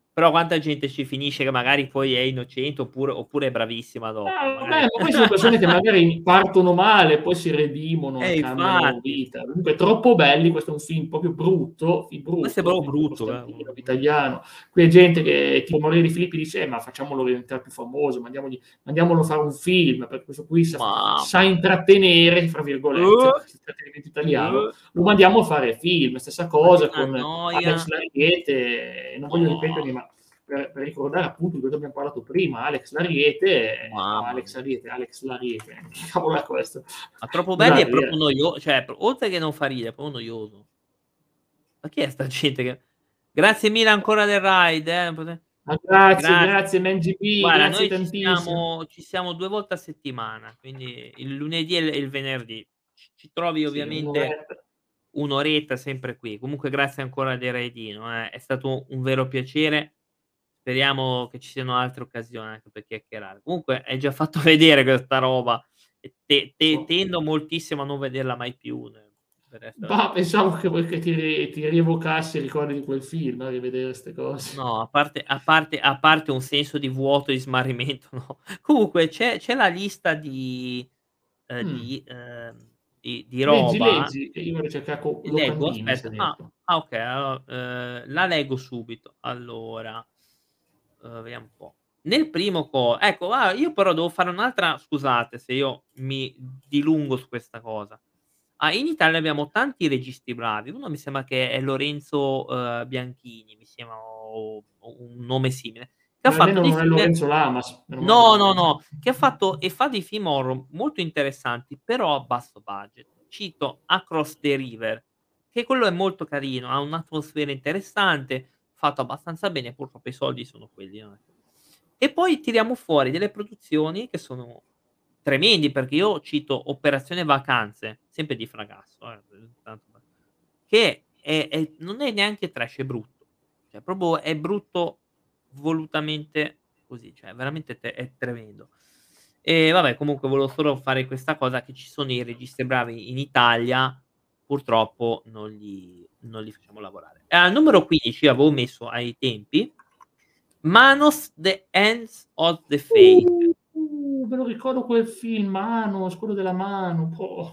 Però quanta gente ci finisce che magari poi è innocente oppure oppure è bravissima Eh, dopo, vabbè, magari ma poi sono persone che magari partono male, poi si redimono e Eh, cambiano infatti. vita. Comunque Troppo Belli, questo è un film proprio brutto, film Questo è brutto, proprio film di brutto, eh. Costantino, italiano. Qui è gente che tipo Morire di Filippi dice: "Eh, ma facciamolo diventare più famoso, mandiamogli mandiamolo a fare un film, perché questo qui sa sa Mamma mia. intrattenere", fra virgolette, Uh, perché l'intrattenimento italiano, uh. lo mandiamo a fare film. Stessa Ma che cosa una con Alex noia. Lariete, non voglio Oh. ripetermi, ma per per ricordare appunto quello che abbiam parlato prima, Alex Lariete no, Mamma Alex mia. Ariete, Alex Lariete, che cavolo è questo? Ma Troppo Belli è Scusate proprio via. noio cioè pro oltre che non fa ridere, è proprio noioso. Ma chi è sta gente che grazie mille ancora del ride, eh, pote Ma grazie, Graz grazie ManGP, guarda grazie noi ci tantissimo. siamo ci siamo due volte a settimana, quindi il lunedì e il e il venerdì. C ci trovi Sì, ovviamente un'oretta. un oretta sempre qui. Comunque grazie ancora del raidino, eh, è stato un vero piacere. Speriamo che ci siano altre occasioni anche per chiacchierare. Comunque hai già fatto vedere questa roba e te te So tendo moltissimo a non vederla mai più, ne per essere Bah, pensavo che vuoi che ti ri ti rievocassi i ricordi di quel film, a rivedere 'ste cose. No, a parte a parte a parte un senso di vuoto, di smarrimento, no. Comunque c'è c'è la lista di ehm, Mh. di ehm, di di Leggi, roba leggi, che io vado a cercare co Leggo? locandine, si è Aspetta. Ah, detto. ah okay, allo ehm, la leggo subito. Allora, uhm, vediamo un po'. Nel primo co ecco, ah, io però devo fare un'altra scusate se io mi dilungo su questa cosa. Ah, in Italia abbiamo tanti registi bravi. Uno mi sembra che è Lorenzo, uhm, Bianchini, mi sembra o o un nome simile, che ha Ma fatto almeno dei non è film Lorenzo Lamas, meno male no, no, almeno. no, che ha fatto e fa dei film horror molto interessanti, però a basso budget. Cito Across the River, che quello è molto carino, ha un'atmosfera interessante, fatto abbastanza bene, purtroppo i soldi sono quelli, non è che e poi tiriamo fuori delle produzioni che sono tremendi, perché io cito Operazione Vacanze, sempre di Fragasso, eh, tanto per che è è non è neanche trash, è brutto. ceh propo è brutto volutamente così, cioè veramente te è tremendo. E vabbè comunque volevo solo fare questa cosa, che ci sono i registi bravi in Italia, purtroppo non li non li facciamo lavorare. E al numero quindici avevo messo ai tempi Manos: The Hands of the Fate. Uh, me lo ricordo quel film, Manos, quello della mano.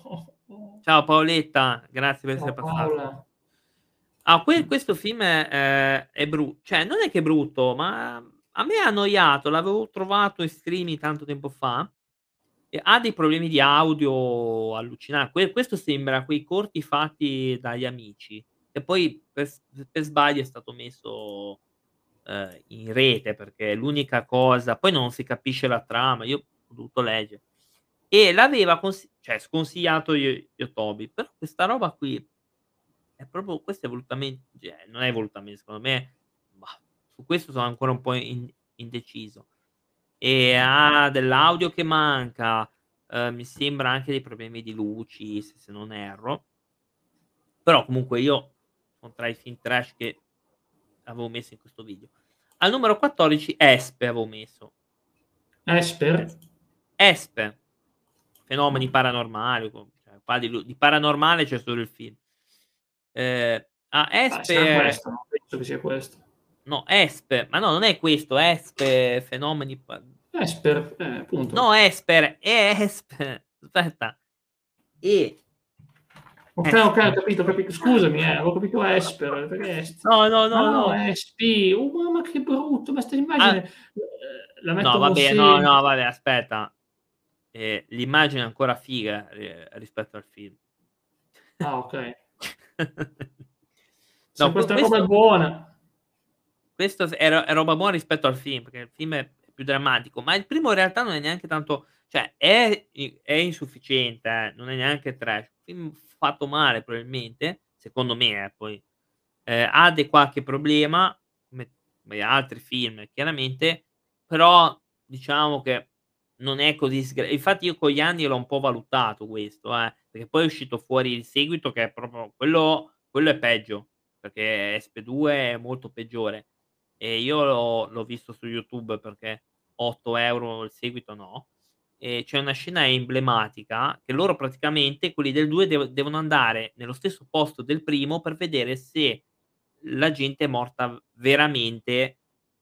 Ciao Paoletta, grazie per essere Ciao passata. Paola. Ah, que questo film è è bru cioè non è che è brutto, ma a me ha annoiato, l'avevo trovato in streaming tanto tempo fa e ha dei problemi di audio allucina que questo sembra quei corti fatti dagli amici, che poi per s per sbaglio è stato messo, ehm, in rete, perché l'unica cosa poi non si capisce la trama, io ho dovuto legge e l'aveva consi cioè sconsigliato Yo Yotobi, però questa roba qui è propo questo è volutamen ceh non è volutamen secondo me, mah, su questo sono ancora un po' in indeciso. E ha dell'audio che manca, uhm, mi sembra anche dei problemi di luci, s se non erro. Però comunque io son tra i film trash che avevo messo in questo video. Al numero quattordici Espe avevo messo. Esper? Es Espe, fenomeni paranormali, co cioè qua di lu di paranormale c'è solo il film. Ehm, ah, Ah, sarà Espe questo, no, penso che sia questo. No, Espe, ma no, non è questo, Espe fenomeni pa Esper, eh, No, appunto. Esper, è Espe, aspetta. E Okay, okay, ho Espe. capito, ho capito. Scusami, eh, avevo capito Esper, perché est No, no, ma no, no, no. Espi, uh, mamma che brutto, ma 'sta immagine, Ah ehm, la No, mettono vabbè, no, sempre no, vabbè, aspetta. Ehm, l'immagine è ancora figa, ehm, rispetto al film. Ah, okay. Se No, que questa roba è questo buona. questo s è ro è roba buona rispetto al film, perché il film è più drammatico, ma il primo in realtà non è neanche tanto cioè è i è insufficiente, eh, non è neanche trash. Film fatto male probabilmente, secondo me eh, poi, ehm, ha de qualche problema, come come altri film chiaramente, però diciamo che non è così sgra infatti io con gli anni l'ho un po' valutato questo, eh, perché poi è uscito fuori il seguito che è proprio quello quello è peggio, perché Espe due è molto peggiore. E io l'ho l'ho visto su YouTube perché otto euro il seguito no, e c'è una scena emblematica che loro praticamente, quelli del due dev devono andare nello stesso posto del primo per vedere se la gente è morta veramente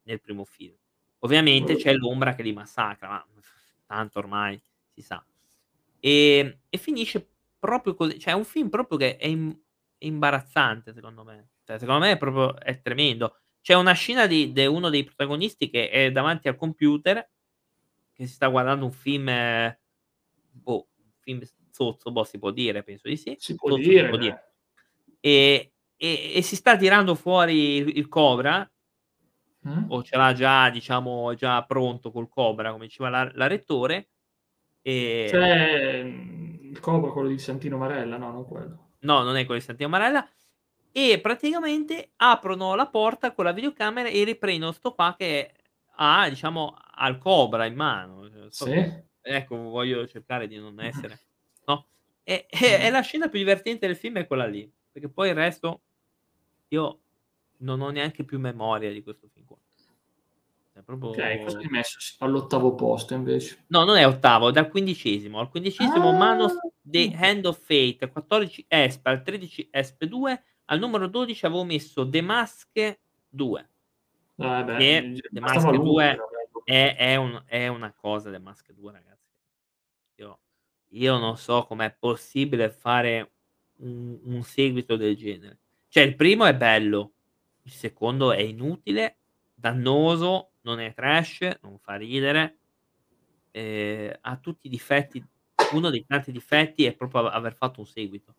nel primo film. Ovviamente c'è l'ombra che li massacra, ma tanto ormai si sa. Ehm, e finisce proprio così, cioè è un film proprio che è im è imbarazzante secondo me. Cioè secondo me è proprio è tremendo. C'è una scena di de uno dei protagonisti che è davanti al computer, che si sta guardando un film, eh, boh, un film s zozzo, boh, si può dire, penso di sì. Si può Zozzo si dire, può dire. dai. E e e si sta tirando fuori il il cobra, Mh? o ce l'ha già diciamo già pronto col cobra, come diceva la la rettore, ehm Cioè, mhmm, il Cobra, quello di Santino Marella? No, non quello. no, non è quello di Santino Marella, e praticamente aprono la porta con la videocamera e riprendono 'sto qua che ha diciamo ha il cobra in mano. Cioè, so Sì? ecco, voglio cercare di non Mh-mh. essere no, e e e Mh. la scena più divertente del film è quella lì, perché poi il resto io non ho neanche più memoria di questo film qua. È Okay, cosa proprio hai messo s all'ottavo posto invece? no, non è ottavo, è dal quindicesimo. Al quindicesimo Manos Ah! The Hand of Fate, al quattordici Esp, al tredici Esp due, al numero dodici avevo messo The Mask due, Eh beh, che ehm, The bastava Mask l'uno per due averlo. è è un è una cosa The Mask due ragazzi. Io io non so com'è possibile fare un un seguito del genere. Cioè il primo è bello, il secondo è inutile, dannoso, non è trash, non fa ridere. Ehm, ha tutti i difetti, uno dei tanti difetti è proprio a aver fatto un seguito.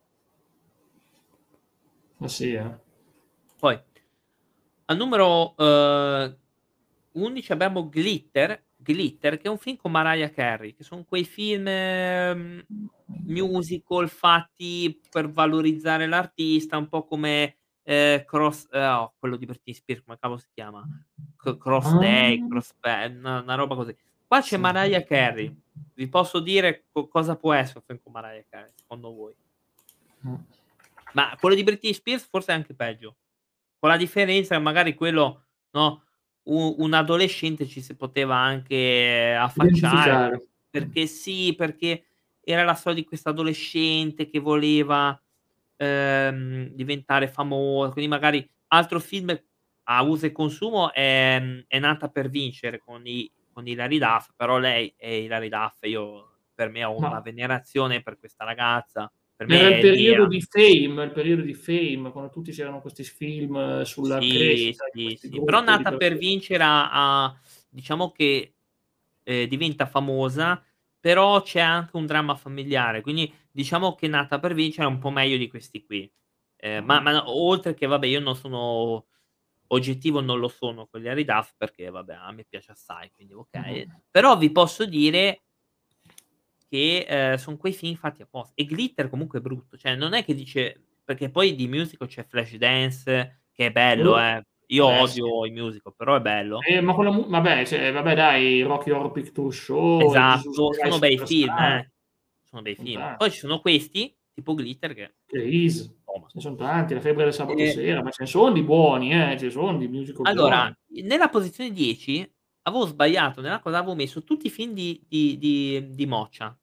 Ma sì, eh. Poi al numero, uhm, undici abbiamo Glitter Glitter, che è un film con Mariah Carey, che son quei film, mhmm, musical fatti per valorizzare l'artista, un po' come, ehm, Cross ehm, oh, quello di Britney Spears, come cavolo si chiama? C Cross Day, Ah, Cross Pe una una roba così. Qua c'è sì. Mariah Carey. Vi posso dire co cosa può essere un film con Mariah Carey, secondo voi? Mh. Ma quello di Britney Spears forse è anche peggio, con la differenza che magari quello, no, u un adolescente ci si poteva anche affacciare, Identificare. Mh. perché sì, perché era la storia di questa adolescente che voleva, ehm, diventare famo quindi magari altro film a uso e consumo è mhmm, è Nata per vincere con i con Hilary Duff, però lei è Hilary Duff, io per me ho una Ma venerazione per questa ragazza, per era il me è periodo Lia. di Fame, il periodo di Fame, quando tutti c'erano questi s film sulla Sì, crescita di sì, questi sì, però gruppo di Nata per persone. vincere ha ha diciamo che, ehm, diventa famosa, però c'è anche un dramma familiare, quindi diciamo che Nata per vincere è un po' meglio di questi qui. Ehm, ma Mh-mh. ma no, oltre che vabbè io non sono oggettivo, non lo sono con gli Hilary Duff perché vabbè a me piace assai, quindi okay. Mh-mh. Però vi posso dire che, ehm, son quei film fatti apposta. E Glitter comunque è brutto, cioè non è che dice, perché poi di musical c'è Flashdance che è bello, Uh, eh. Io vabbè sì. odio i musical, però è bello. Eh, ma quella mu vabbè, cioè vabbè dai, Rocky Horror Picture Show, Jesus Esatto, sono Christ bei film, Superstar, eh. Sono bei son film. Poi tanti. ci sono questi, tipo Glitter che Grease, insomma. ce ne son tanti, La febbre del sabato Ehm, sera, ma ce ne son di buoni, eh, ce ne son di musical allora, buoni. nella posizione dieci avevo sbagliato nella cosa, avevo messo tutti i film di di di di Moccia.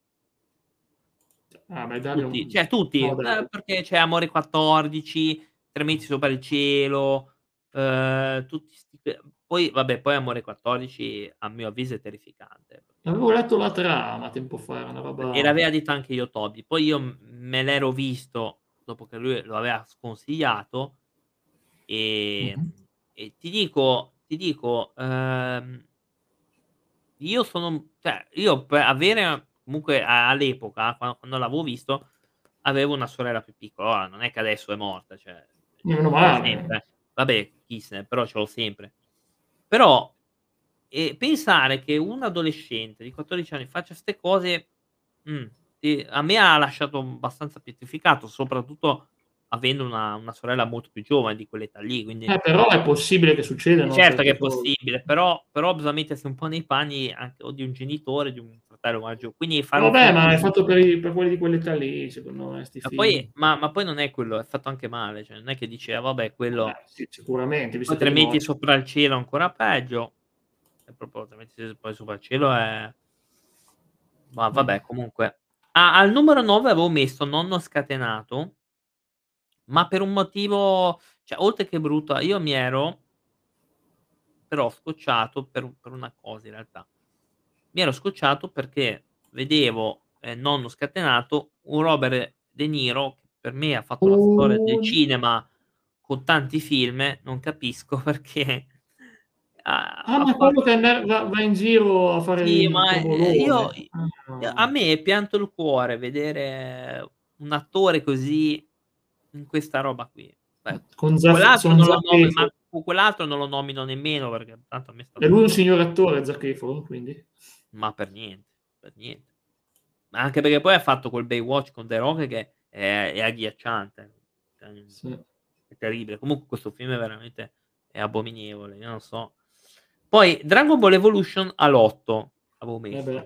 Ah beh, Dario Tutti, mhmm, cioè tutti, no ehm, dai. perché c'è Amore quattordici, Tre metri sopra il cielo, ehm, tutti 'sti pe poi vabbè, poi Amore quattordici a mio avviso è terrificante, perché Avevo letto la trama tempo fa, era una e roba l'aveva detto anche Yotobi. Poi io m me l'ero visto dopo che lui lo aveva sconsigliato, mh-mh. ehm, e ti dico ti dico, ehm io sono cioè io per avere comunque a all'epoca, qua quando l'avevo visto, avevo una sorella più piccola, ora non è che adesso è morta, cioè Meno ce l'ho male. sempre. Vabbè, chi se ne però ce l'ho sempre. Però, ehm, pensare che un adolescente di quattordici anni faccia 'ste cose, mh, sì, a me ha lasciato abbastanza pietrificato, soprattutto avendo una una sorella molto più giovane di quell'età lì, quindi Eh, però è possibile che e succedano certo che certe è cose. possibile, però però bisogna mettersi un po' nei panni anche o di un genitore, di un fratello maggio quindi Eh fare un vabbè, film ma è così fatto per i per quelli di quell'età lì, secondo me, 'sti ma poi film. ma ma poi non è quello, è fatto anche male, cioè non è che dici: "Ah vabbè quello" Vabbè, sì, sicuramente, visto poi che Tre di metri Moccia. sopra il cielo ancora peggio, è proprio Tre metri s poi sopra il cielo è ma Mh. vabbè comunque. Ah, al numero nove avevo messo Nonno scatenato, ma per un motivo cioè oltre che brutto, io mi ero però scocciato per per una cosa in realtà. Mi ero scocciato perché vedevo, ehm, Nonno Scatenato, un Robert De Niro che per me ha fatto la storia del Oh, cinema con tanti film, non capisco perché ha ah, ha ma quello fatto che anda- va, va in giro a fare sì, il ma, ehm, io tobolone. i io a Ah, me è pianto il cuore vedere un attore così in questa roba qui. Beh, con Zac, quell'altro son non lo Zac nomi ma Efron. con quell'altro non lo nomino nemmeno perché tanto a me sta E lui è un signor attore, Zac Efron, quindi. ma per niente, per niente. Ma anche perché poi ha fatto quel Baywatch con The Rock che è è agghiacciante. Cioè, mhmm, Sì. è terribile. Comunque questo film è veramente è abominevole, io non so. Poi Dragon Ball Evolution all'otto avevo Eh beh, messo.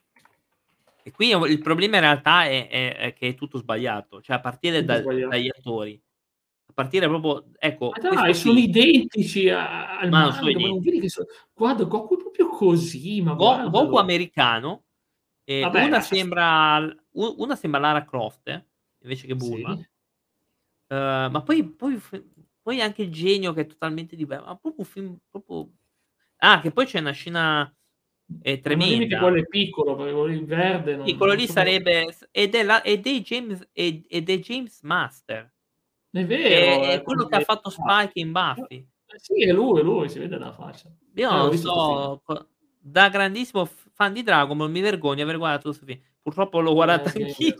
E qui o il problema in realtà è è è che è tutto sbagliato, cioè a partire tutto dal sbagliato. dagli attori. A partire proprio ecco, Ma dai, questo sono qui identici a- al ma non sono manga, ma non vedi identici. che so, guarda Goku è proprio così, ma Go Goku guardalo. americano, ehm, Vabbè, una lascia sta sembra l u una sembra Lara Croft eh, invece che Bulma. sì. Uhm, ma poi poi f poi anche il genio che è totalmente dive ma proprio un film proprio ah, che poi c'è una scena, ehm, Ma non dimmi che tremenda. quello è piccolo, perché quello lì verde Sì, non quello non lì so cosa, sarebbe s ed è la ed è James ed ed è James Master, è che vero, è è quello quello che ha che fatto ah, Spike in eh, Buffy. sì, è lui, è lui, si vede dalla faccia. Io Eh, l'ho non visto 'sto film. so co da grandissimo f fan di Dragon Ball mi vergogno di aver guardato questo film. Purtroppo l'ho Eh, guardato sì, anch'io.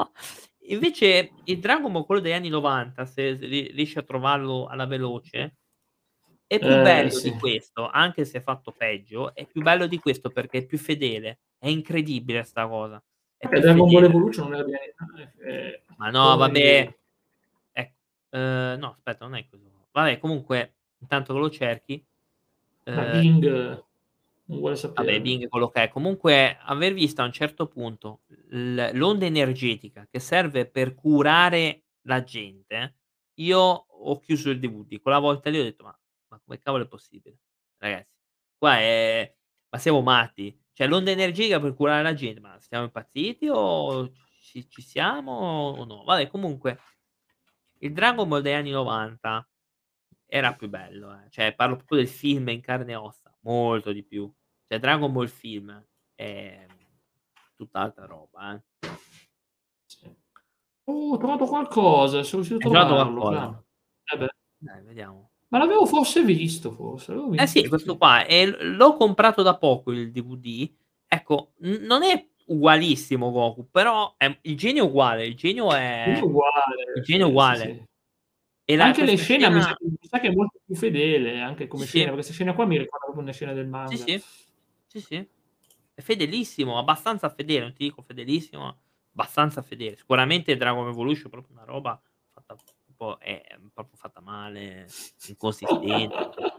Invece il Dragon Ball, quello degli anni 'novanta, se se ri riesci a trovarlo alla veloce, è più eh, bello di sì. questo, anche se è fatto peggio, è più bello di questo perché è più fedele. È incredibile 'sta cosa. È Vabbè, più Dragon Ball fedele. Evolution non era di anni fa, eh, Ma quello no, non è di, vabbè, ec uhm, no aspetta, non è quello. Vabbè, comunque intanto che lo cerchi, ma uhm Bing non vuole vabbè, saperne. Bing è quello che è. Comunque aver visto a un certo punto l l'onda energetica che serve per curare la gente, io ho chiuso il D V D. Quella volta lì ho detto: "Ma ma come cavolo è possibile? Ragazzi, qua è ma siamo matti? Cioè l'onda energetica per curare la gente, ma siamo impazziti o ci ci siamo o no?" Vabbè, comunque il Dragon Ball degli anni 'novanta era più bello, eh, cioè parlo proprio del film in carne e ossa, molto di più. Cioè Dragon Ball film è tutt'altra roba, eh. Sì. Oh, ho trovato qualcosa, sono riuscito Hai a trovato trovarlo, qualcosa? cavolo. Eh beh, Dai, vediamo. ma l'avevo forse visto, forse, l'avevo Eh visto sì, 'sto questo film. qua e l l'ho comprato da poco il D V D. Ecco, n non è ugualissimo Goku, però è il genio è uguale, il genio Quindi è è il uguale, genio è sì, sì, uguale. sì. E la Anche le questa scene mi sa scena che mi sa che è molto più fedele, anche sì, come scena, sì, perché 'sta scena qua mi ricorda proprio una scena del sì, manga. sì, sì, sì. È fedelissimo, abbastanza fedele, non ti dico fedelissimo, ma abbastanza fedele. Sicuramente Dragon Evolution è proprio una roba fatta tipo è proprio fatta male, inconsistente.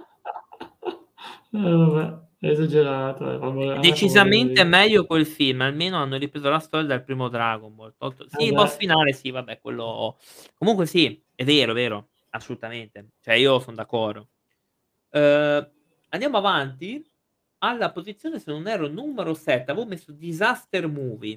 Eh, vabbè, è esagerato, eh, fammi È a me fa morire da decisamente ridere. meglio quel film, almeno hanno ripreso la storia dal primo Dragon Ball, tolto Eh sì, il beh, boss finale sì, vabbè quello comunque sì, è vero, è vero, assolutamente. Cioè io son d'accordo. Uhm, andiamo avanti, alla posizione se non erro numero sette avevo messo Disaster Movie.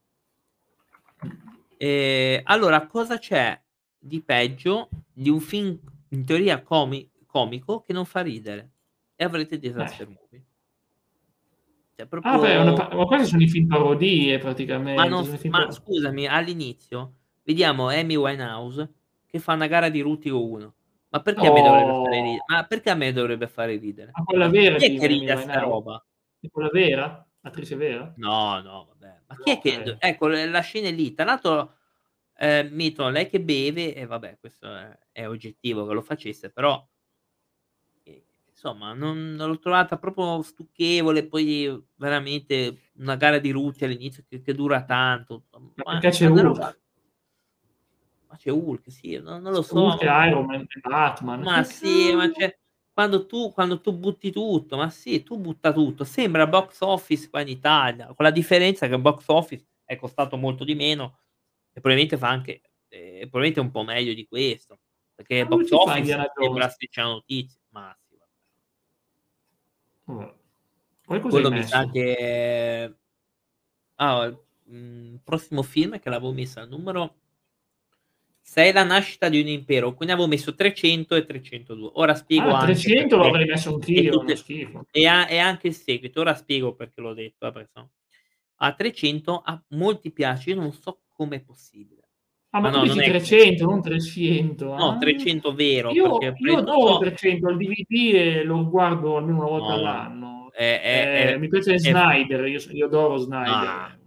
Ehm, allora cosa c'è di peggio di un film in teoria comi comico che non fa ridere? E avrete eh. Disaster Movie. Cioè Ah beh, è una proprio pa ma quasi sono i film parodie ma praticamente, non sono i f film ma pa scusami, all'inizio vediamo Amy Winehouse che fa una gara di Rutti con uno. Ma perché a me dovrebbe fare oh, ri ma perché a me dovrebbe fare ridere? ma quella vera Chi è di che Amy ride a 'sta Winehouse? roba? È quella vera? L'attrice vera? No, no, vabbè. Ma chi No, è che d okay. ecco l la scena è lì. Tra l'altro, ehm, mettono lei che beve e vabbè questo è è oggettivo che lo facesse, però, ehm, insomma non non l'ho trovata proprio stucchevole, poi veramente una gara di Rutti all'inizio che che dura tanto, Ma ma perché c'è ma una roba Hulk. ma c'è Hulk, sì, no non lo C'è so, Hulk e ma ma Iron Man e Batman. ma Che sì, ma cavolo? c'è quando tu quando tu butti tutto, ma sì, tu butta tutto. Sembra box office qua in Italia, con la differenza che il box office è costato molto di meno e probabilmente fa anche ehm, probabilmente un po' meglio di questo, perché il Ma dove box ci fa office Indiana sembra Jones? Striscia la Notizia, ma sì vabbè. Vabbè. Poi cos'hai Quello mi sa messo? che ah, mhmm, prossimo film che l'avevo messa al numero Sei la nascita di un impero, quindi avevo messo trecento e trecentodue. Ora spiego Ah, anche trecento lo perché avrei messo e anch'io, uno tutte schifo. e a e anche il seguito. Ora spiego perché l'ho detto, eh, perché sennò a trecento a molti piace, io non so com'è possibile. Ah, Ma ma tu no, non dici è così. trecento, non trecento. No, Ah. trecento vero, Io perché prima io di adoro tutto trecento, il D V D e lo guardo almeno una volta no, all'anno. è è Ehm, è mi piace è f Snyder, io s io adoro no. Snyder.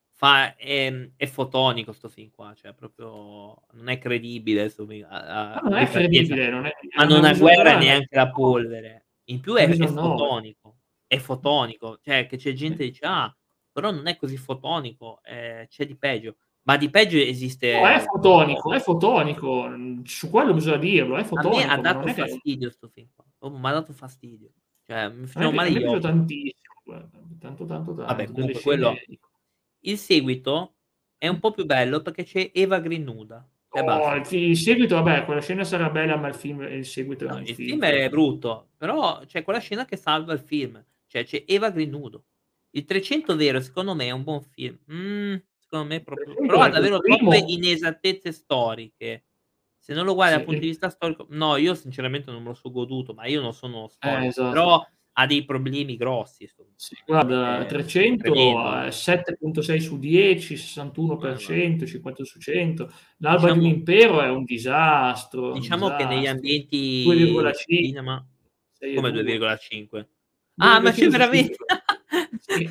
Fa ehm, è fotonico 'sto film qua, cioè proprio non è credibile 'sto film, Ma ha ha non è abbi pazienza. credibile, non è Ma è una non ha visual guerra era una neanche la visual novel. polvere. In più Una è è visual novel. fotonico, è fotonico, cioè che c'è Sì. gente dice: "Ah, però non è così fotonico, ehm, c'è di peggio." Ma di peggio No, è esiste da fotonico, poco. è fotonico, mhmm, su quello bisogna dirlo, è A me ha fotonico, ma non dato è che fastidio 'sto film qua, proprio m'ha dato fastidio. Cioè mi a me facevano pi a male me gli è piaciuto occhi. tantissimo, guarda, tanto, tanto, Vabbè tanto. Delle comunque quello scene dico il seguito è mh. un po' più bello perché c'è Eva Green nuda e Oh, basta. il fi il seguito vabbè, quella scena sarà bella, ma il film il seguito è No, un il film fico. è brutto, però c'è quella scena che salva il film, cioè c'è Eva Green nudo. Il trecento vero secondo me è un buon film. Mhmm, secondo me proprio però trecento ha ecco, il davvero troppe primo inesattezze storiche. Se non lo guardi sì, dal punto il di vista storico no, io sinceramente non me lo so goduto, ma io non sono eh, storico, esatto. però ha dei problemi grossi 'sto film Sì, qua, guarda, veramente trecento, tremendo. ehm, sette virgola sei su dieci, Ma guarda, sessantuno per cento, cinquanta su cento. L'alba di un diciamo impero è un disastro, è un diciamo che negli disastro. ambienti del due virgola cinque, cinema sei e come due. due virgola cinque? Ah, ma c'è due virgola cinque su veramente? cinque. Sì.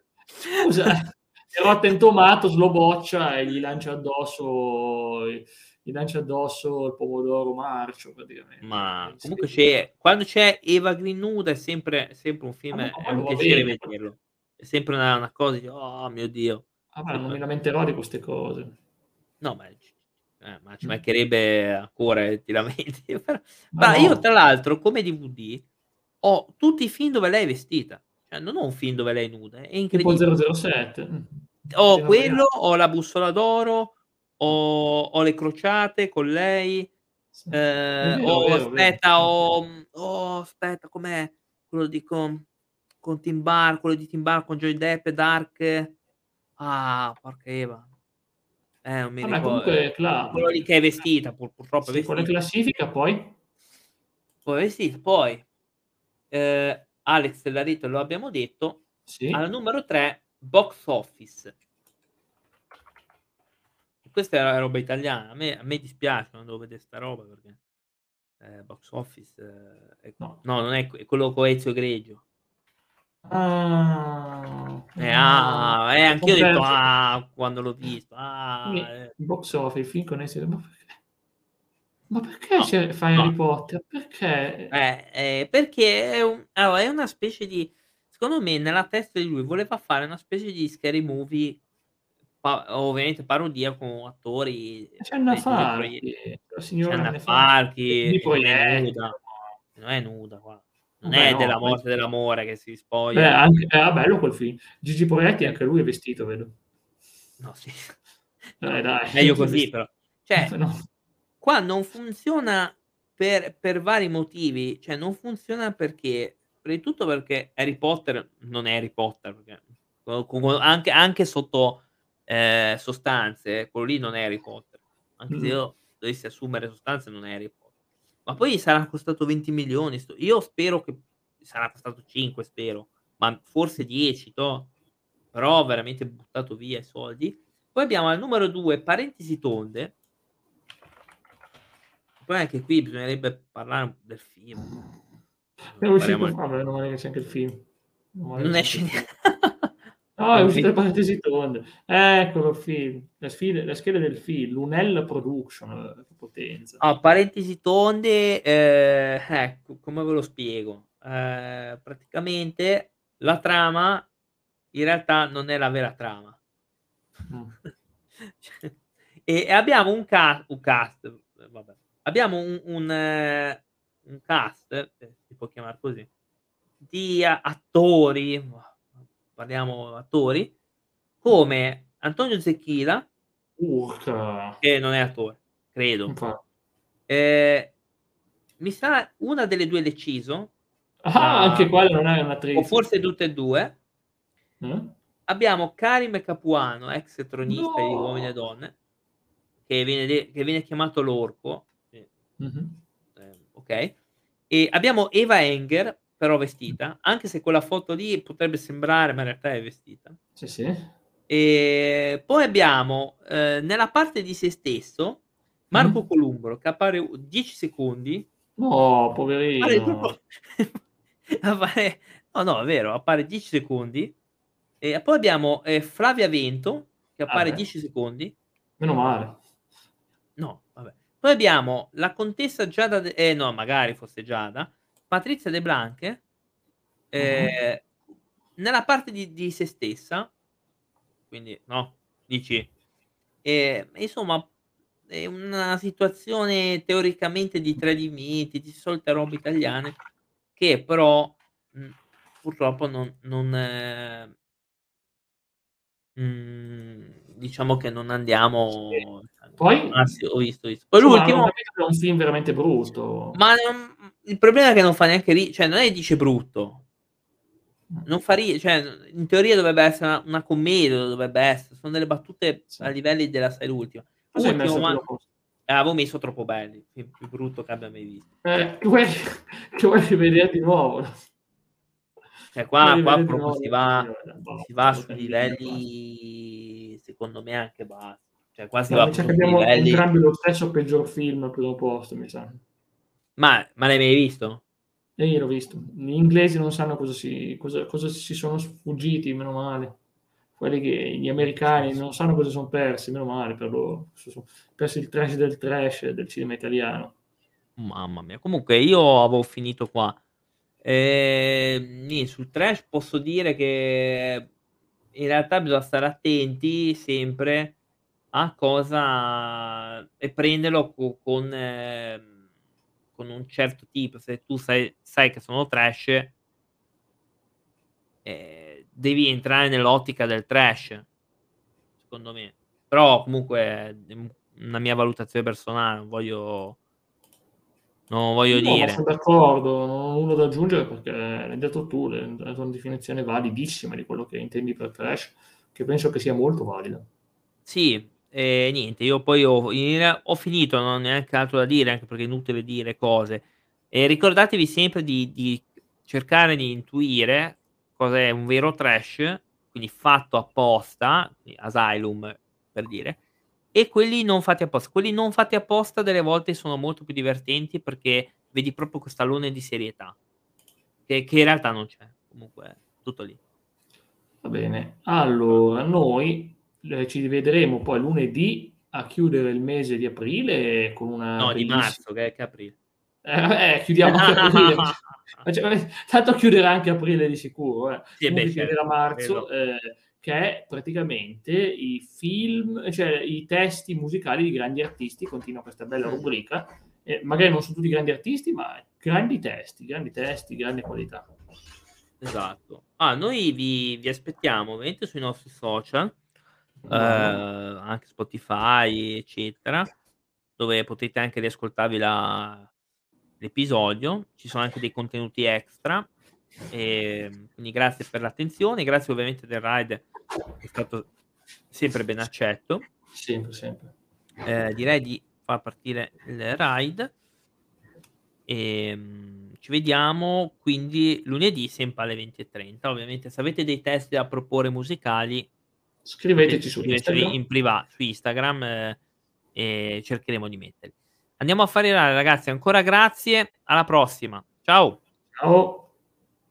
Scusa, e Rotten Tomatoes lo boccia e gli lancia addosso i gli lancia addosso il pomodoro marcio praticamente. Ma Eh, sì. comunque c'è quando c'è Eva Green nuda è sempre è sempre un film A me è un quello va piacere bene. vederlo. È sempre una una cosa dici: "Oh mio Dio." Ah, ma non mi Sempre lamenterò di queste cose. no, ma c eh, ma ci Mh. mancherebbe ancora che ti lamenti. Però Ma ma io no, tra l'altro come D V D ho tutti i film dove lei è vestita, cioè non ho un film dove lei è nuda, è tipo incredibile. zero zero sette. Mh. Ho Casino quello, variato. ho La bussola d'oro, Mh. ho ho Le crociate con lei, Sì. È ehm, vero, è ho vero, è vero. aspetta, ho mhmm, oh aspetta com'è quello di con con Tim Bur quello di Tim Burton con Johnny Depp e Dark. Ah, porca Eva. Eh, non mi Vabbè ricor comunque ehm, quello lì che cla è vestita, pur purtroppo è sì, con la vestita. classifica poi? Poi è vestita, poi, ehm, Alex l'ha lo abbiamo detto. Al Sì. numero tre Box Office. Questa è la roba italiana. A me a me dispiace quando devo vedere sta roba perché, ehm, Box Office è No. no, non è que è quello con Ezio Greggio. Ah, Eh, no, ah, eh, mi son anch'io ho detto: perso "Ah" quando l'ho visto. Ah, quindi eh. box office, film con essi ma perché? Ma perché No, c'è fa no. Harry Potter? Perché? Eh, ehm, perché è un allora è una specie di secondo me nella testa di lui voleva fare una specie di scary movie, pa ovviamente parodia con attori C'è Anna dei Gigi Proie Falchi, la signora Shanna Anne Falchi, Falchi di e non è proiettili, nuda, non è nuda qua, non vabbè è no, della poi Morte e dell'amore che si beh spoglia anche era bello quel film. Gigi Proietti anche lui è vestito vedo. no sì, Dai, dai, meglio è così vesti però. Cioè, no. qua non funziona per per vari motivi, cioè non funziona perché prima di tutto perché Harry Potter non è Harry Potter, perché co co anche anche sotto, ehm, sostanze, quello lì non è Harry Potter, anche se Mh. io dovessi assumere sostanze non è Harry Potter. Ma poi sarà costato venti milioni sto io spero che sarà costato cinque spero, ma forse dieci toh, però veramente buttato via i soldi. Poi abbiamo al numero due Parentesi tonde. Poi anche qui bisognerebbe parlare del film. È Ehm, uscito parliamo vabbè meno male che c'è anche il film. Meno male che non c'è anche esce il nie film. No, è con uscito ve le Parentesi tonde. Eccolo il film. Le sfide le schede del film, Lunella Production, che potenza. ah, Parentesi tonde, ehm, ecco, come ve lo spiego? Ehm, praticamente la trama in realtà non è la vera trama. Mh. Cioè e e abbiamo un ca un cast, ehm, vabbè, abbiamo un un ehm, un cast, se si può chiamar così, di a attori, mah, parliamo attori, come Antonio Zecchila, Urca. che non è attore, credo, Infa ehm, mi sa una delle due deciso, ah, la anche quella non è o un'attrice. forse tutte e due. Eh? Abbiamo Karim Capuano, ex tronista di Uomini e No! Donne, che viene, de- che viene chiamato l'orco. Eh, Mhm. eh, ok. E abbiamo Eva Enger, però vestita, anche se quella foto lì potrebbe sembrare, ma in realtà è vestita. Sì, sì. E poi abbiamo eh, nella parte di se stesso Marco Mm. Columbro che appare dieci secondi. No, Appare poverino. proprio appare no, no, è vero, appare dieci secondi. E poi abbiamo, ehm, Flavia Vento che appare Vabbè, dieci secondi. meno male. No, vabbè. Poi abbiamo la contessa Giada de eh, no, magari fosse Giada, Patrizia De Blanche, Mhm. ehm, nella parte di di se stessa, quindi no, dici ehm, insomma è una situazione teoricamente di tradimenti, di solite robe italiane che però, mhmm, purtroppo non non ehm, mhmm, diciamo che non Sì. andiamo Poi, ah sì, ho visto, ho visto. Poi insomma, avevo l'ultimo capito che è un film veramente brutto. ma non il problema è che non fa neanche ri cioè non è che dice brutto, Mm. non fa ri cioè in teoria dovrebbe essere una una commedia, dovrebbe essere, sono delle battute Sì. a livelli della sai l'ultima. Cosa hai Ultimo messo al ma primo posto? eh, avevo messo Troppo Belli, film più brutto che abbia mai visto. Eh, che vuoi che vuoi rivedere di nuovo? Cioè Vuoi qua qua rivedere di proprio nuovo? si Eh, va guarda, si basta, va lo su cancello, basta. livelli secondo me anche bassi. Cioè qua si Dai, va mi sa proprio che su abbiamo livelli entrambi lo stesso peggior film al primo posto, mi sa. ma ma l'hai mai visto? E io l'ho visto. Gli inglesi non sanno cosa si cosa cosa si sono sfuggiti, meno male. Quelli che gli In che americani senso? non sanno cosa son persi, meno male per loro. Si son persi il trash del trash del cinema italiano. Mamma mia. Comunque io avevo finito qua. Ehm, nì, sul trash posso dire che in realtà bisogna stare attenti sempre a cosa e prenderlo co con ehm, con un certo tipo. Se tu sai sai che sono trash, ehm, devi entrare nell'ottica del trash, secondo me. Però comunque è un una mia valutazione personale, non voglio non voglio No, ma dire. son d'accordo, non ho nulla da aggiungere perché l'hai detto tu, l'hai hai dato una definizione validissima di quello che intendi per trash, che penso che sia molto valida. Sì, e niente, io poi ho in ho finito, non ho neanche altro da dire, anche perché è inutile dire cose. E ricordatevi sempre di di cercare di intuire cos'è un vero trash, quindi fatto apposta, quindi Asylum per dire, e quelli non fatti apposta. Quelli non fatti apposta delle volte sono molto più divertenti perché vedi proprio quest'alone di serietà, che che in realtà non c'è. Comunque tutto lì. Va bene. Allora, noi, ehm, ci rivedremo poi lunedì a chiudere il mese di aprile con una No, di bellissi marzo, che che aprile. eh, eh, chiudiamo anche aprile. Faccia vabbè, tanto chiuderà anche aprile di sicuro, eh. Sì, beh, Comunque chiuderà certo, marzo, quello ehm, che è praticamente i film cioè i testi musicali di grandi artisti, continua questa bella mh, rubrica, e magari non son tutti grandi artisti, ma grandi testi, grandi testi, grande qualità. esatto. Ah, noi vi vi aspettiamo ovviamente sui nostri social, uhm, Bravo. anche Spotify, eccetera, dove potete anche riascoltarvi la l'episodio. Ci sono anche dei contenuti extra, ehm, quindi grazie per l'attenzione, grazie ovviamente del ride, è stato sempre ben accetto. Sempre, sempre. Ehm, direi di far partire il ride. Ehm, ci vediamo quindi lunedì sempre alle venti e trenta. Ovviamente se avete dei testi da proporre musicali potete Scriveteci su scriverceli Instagram. in priva su Instagram, ehm, e cercheremo di metterli. Andiamo a fare i ra ragazzi, ancora grazie, alla prossima. Ciao. Ciao.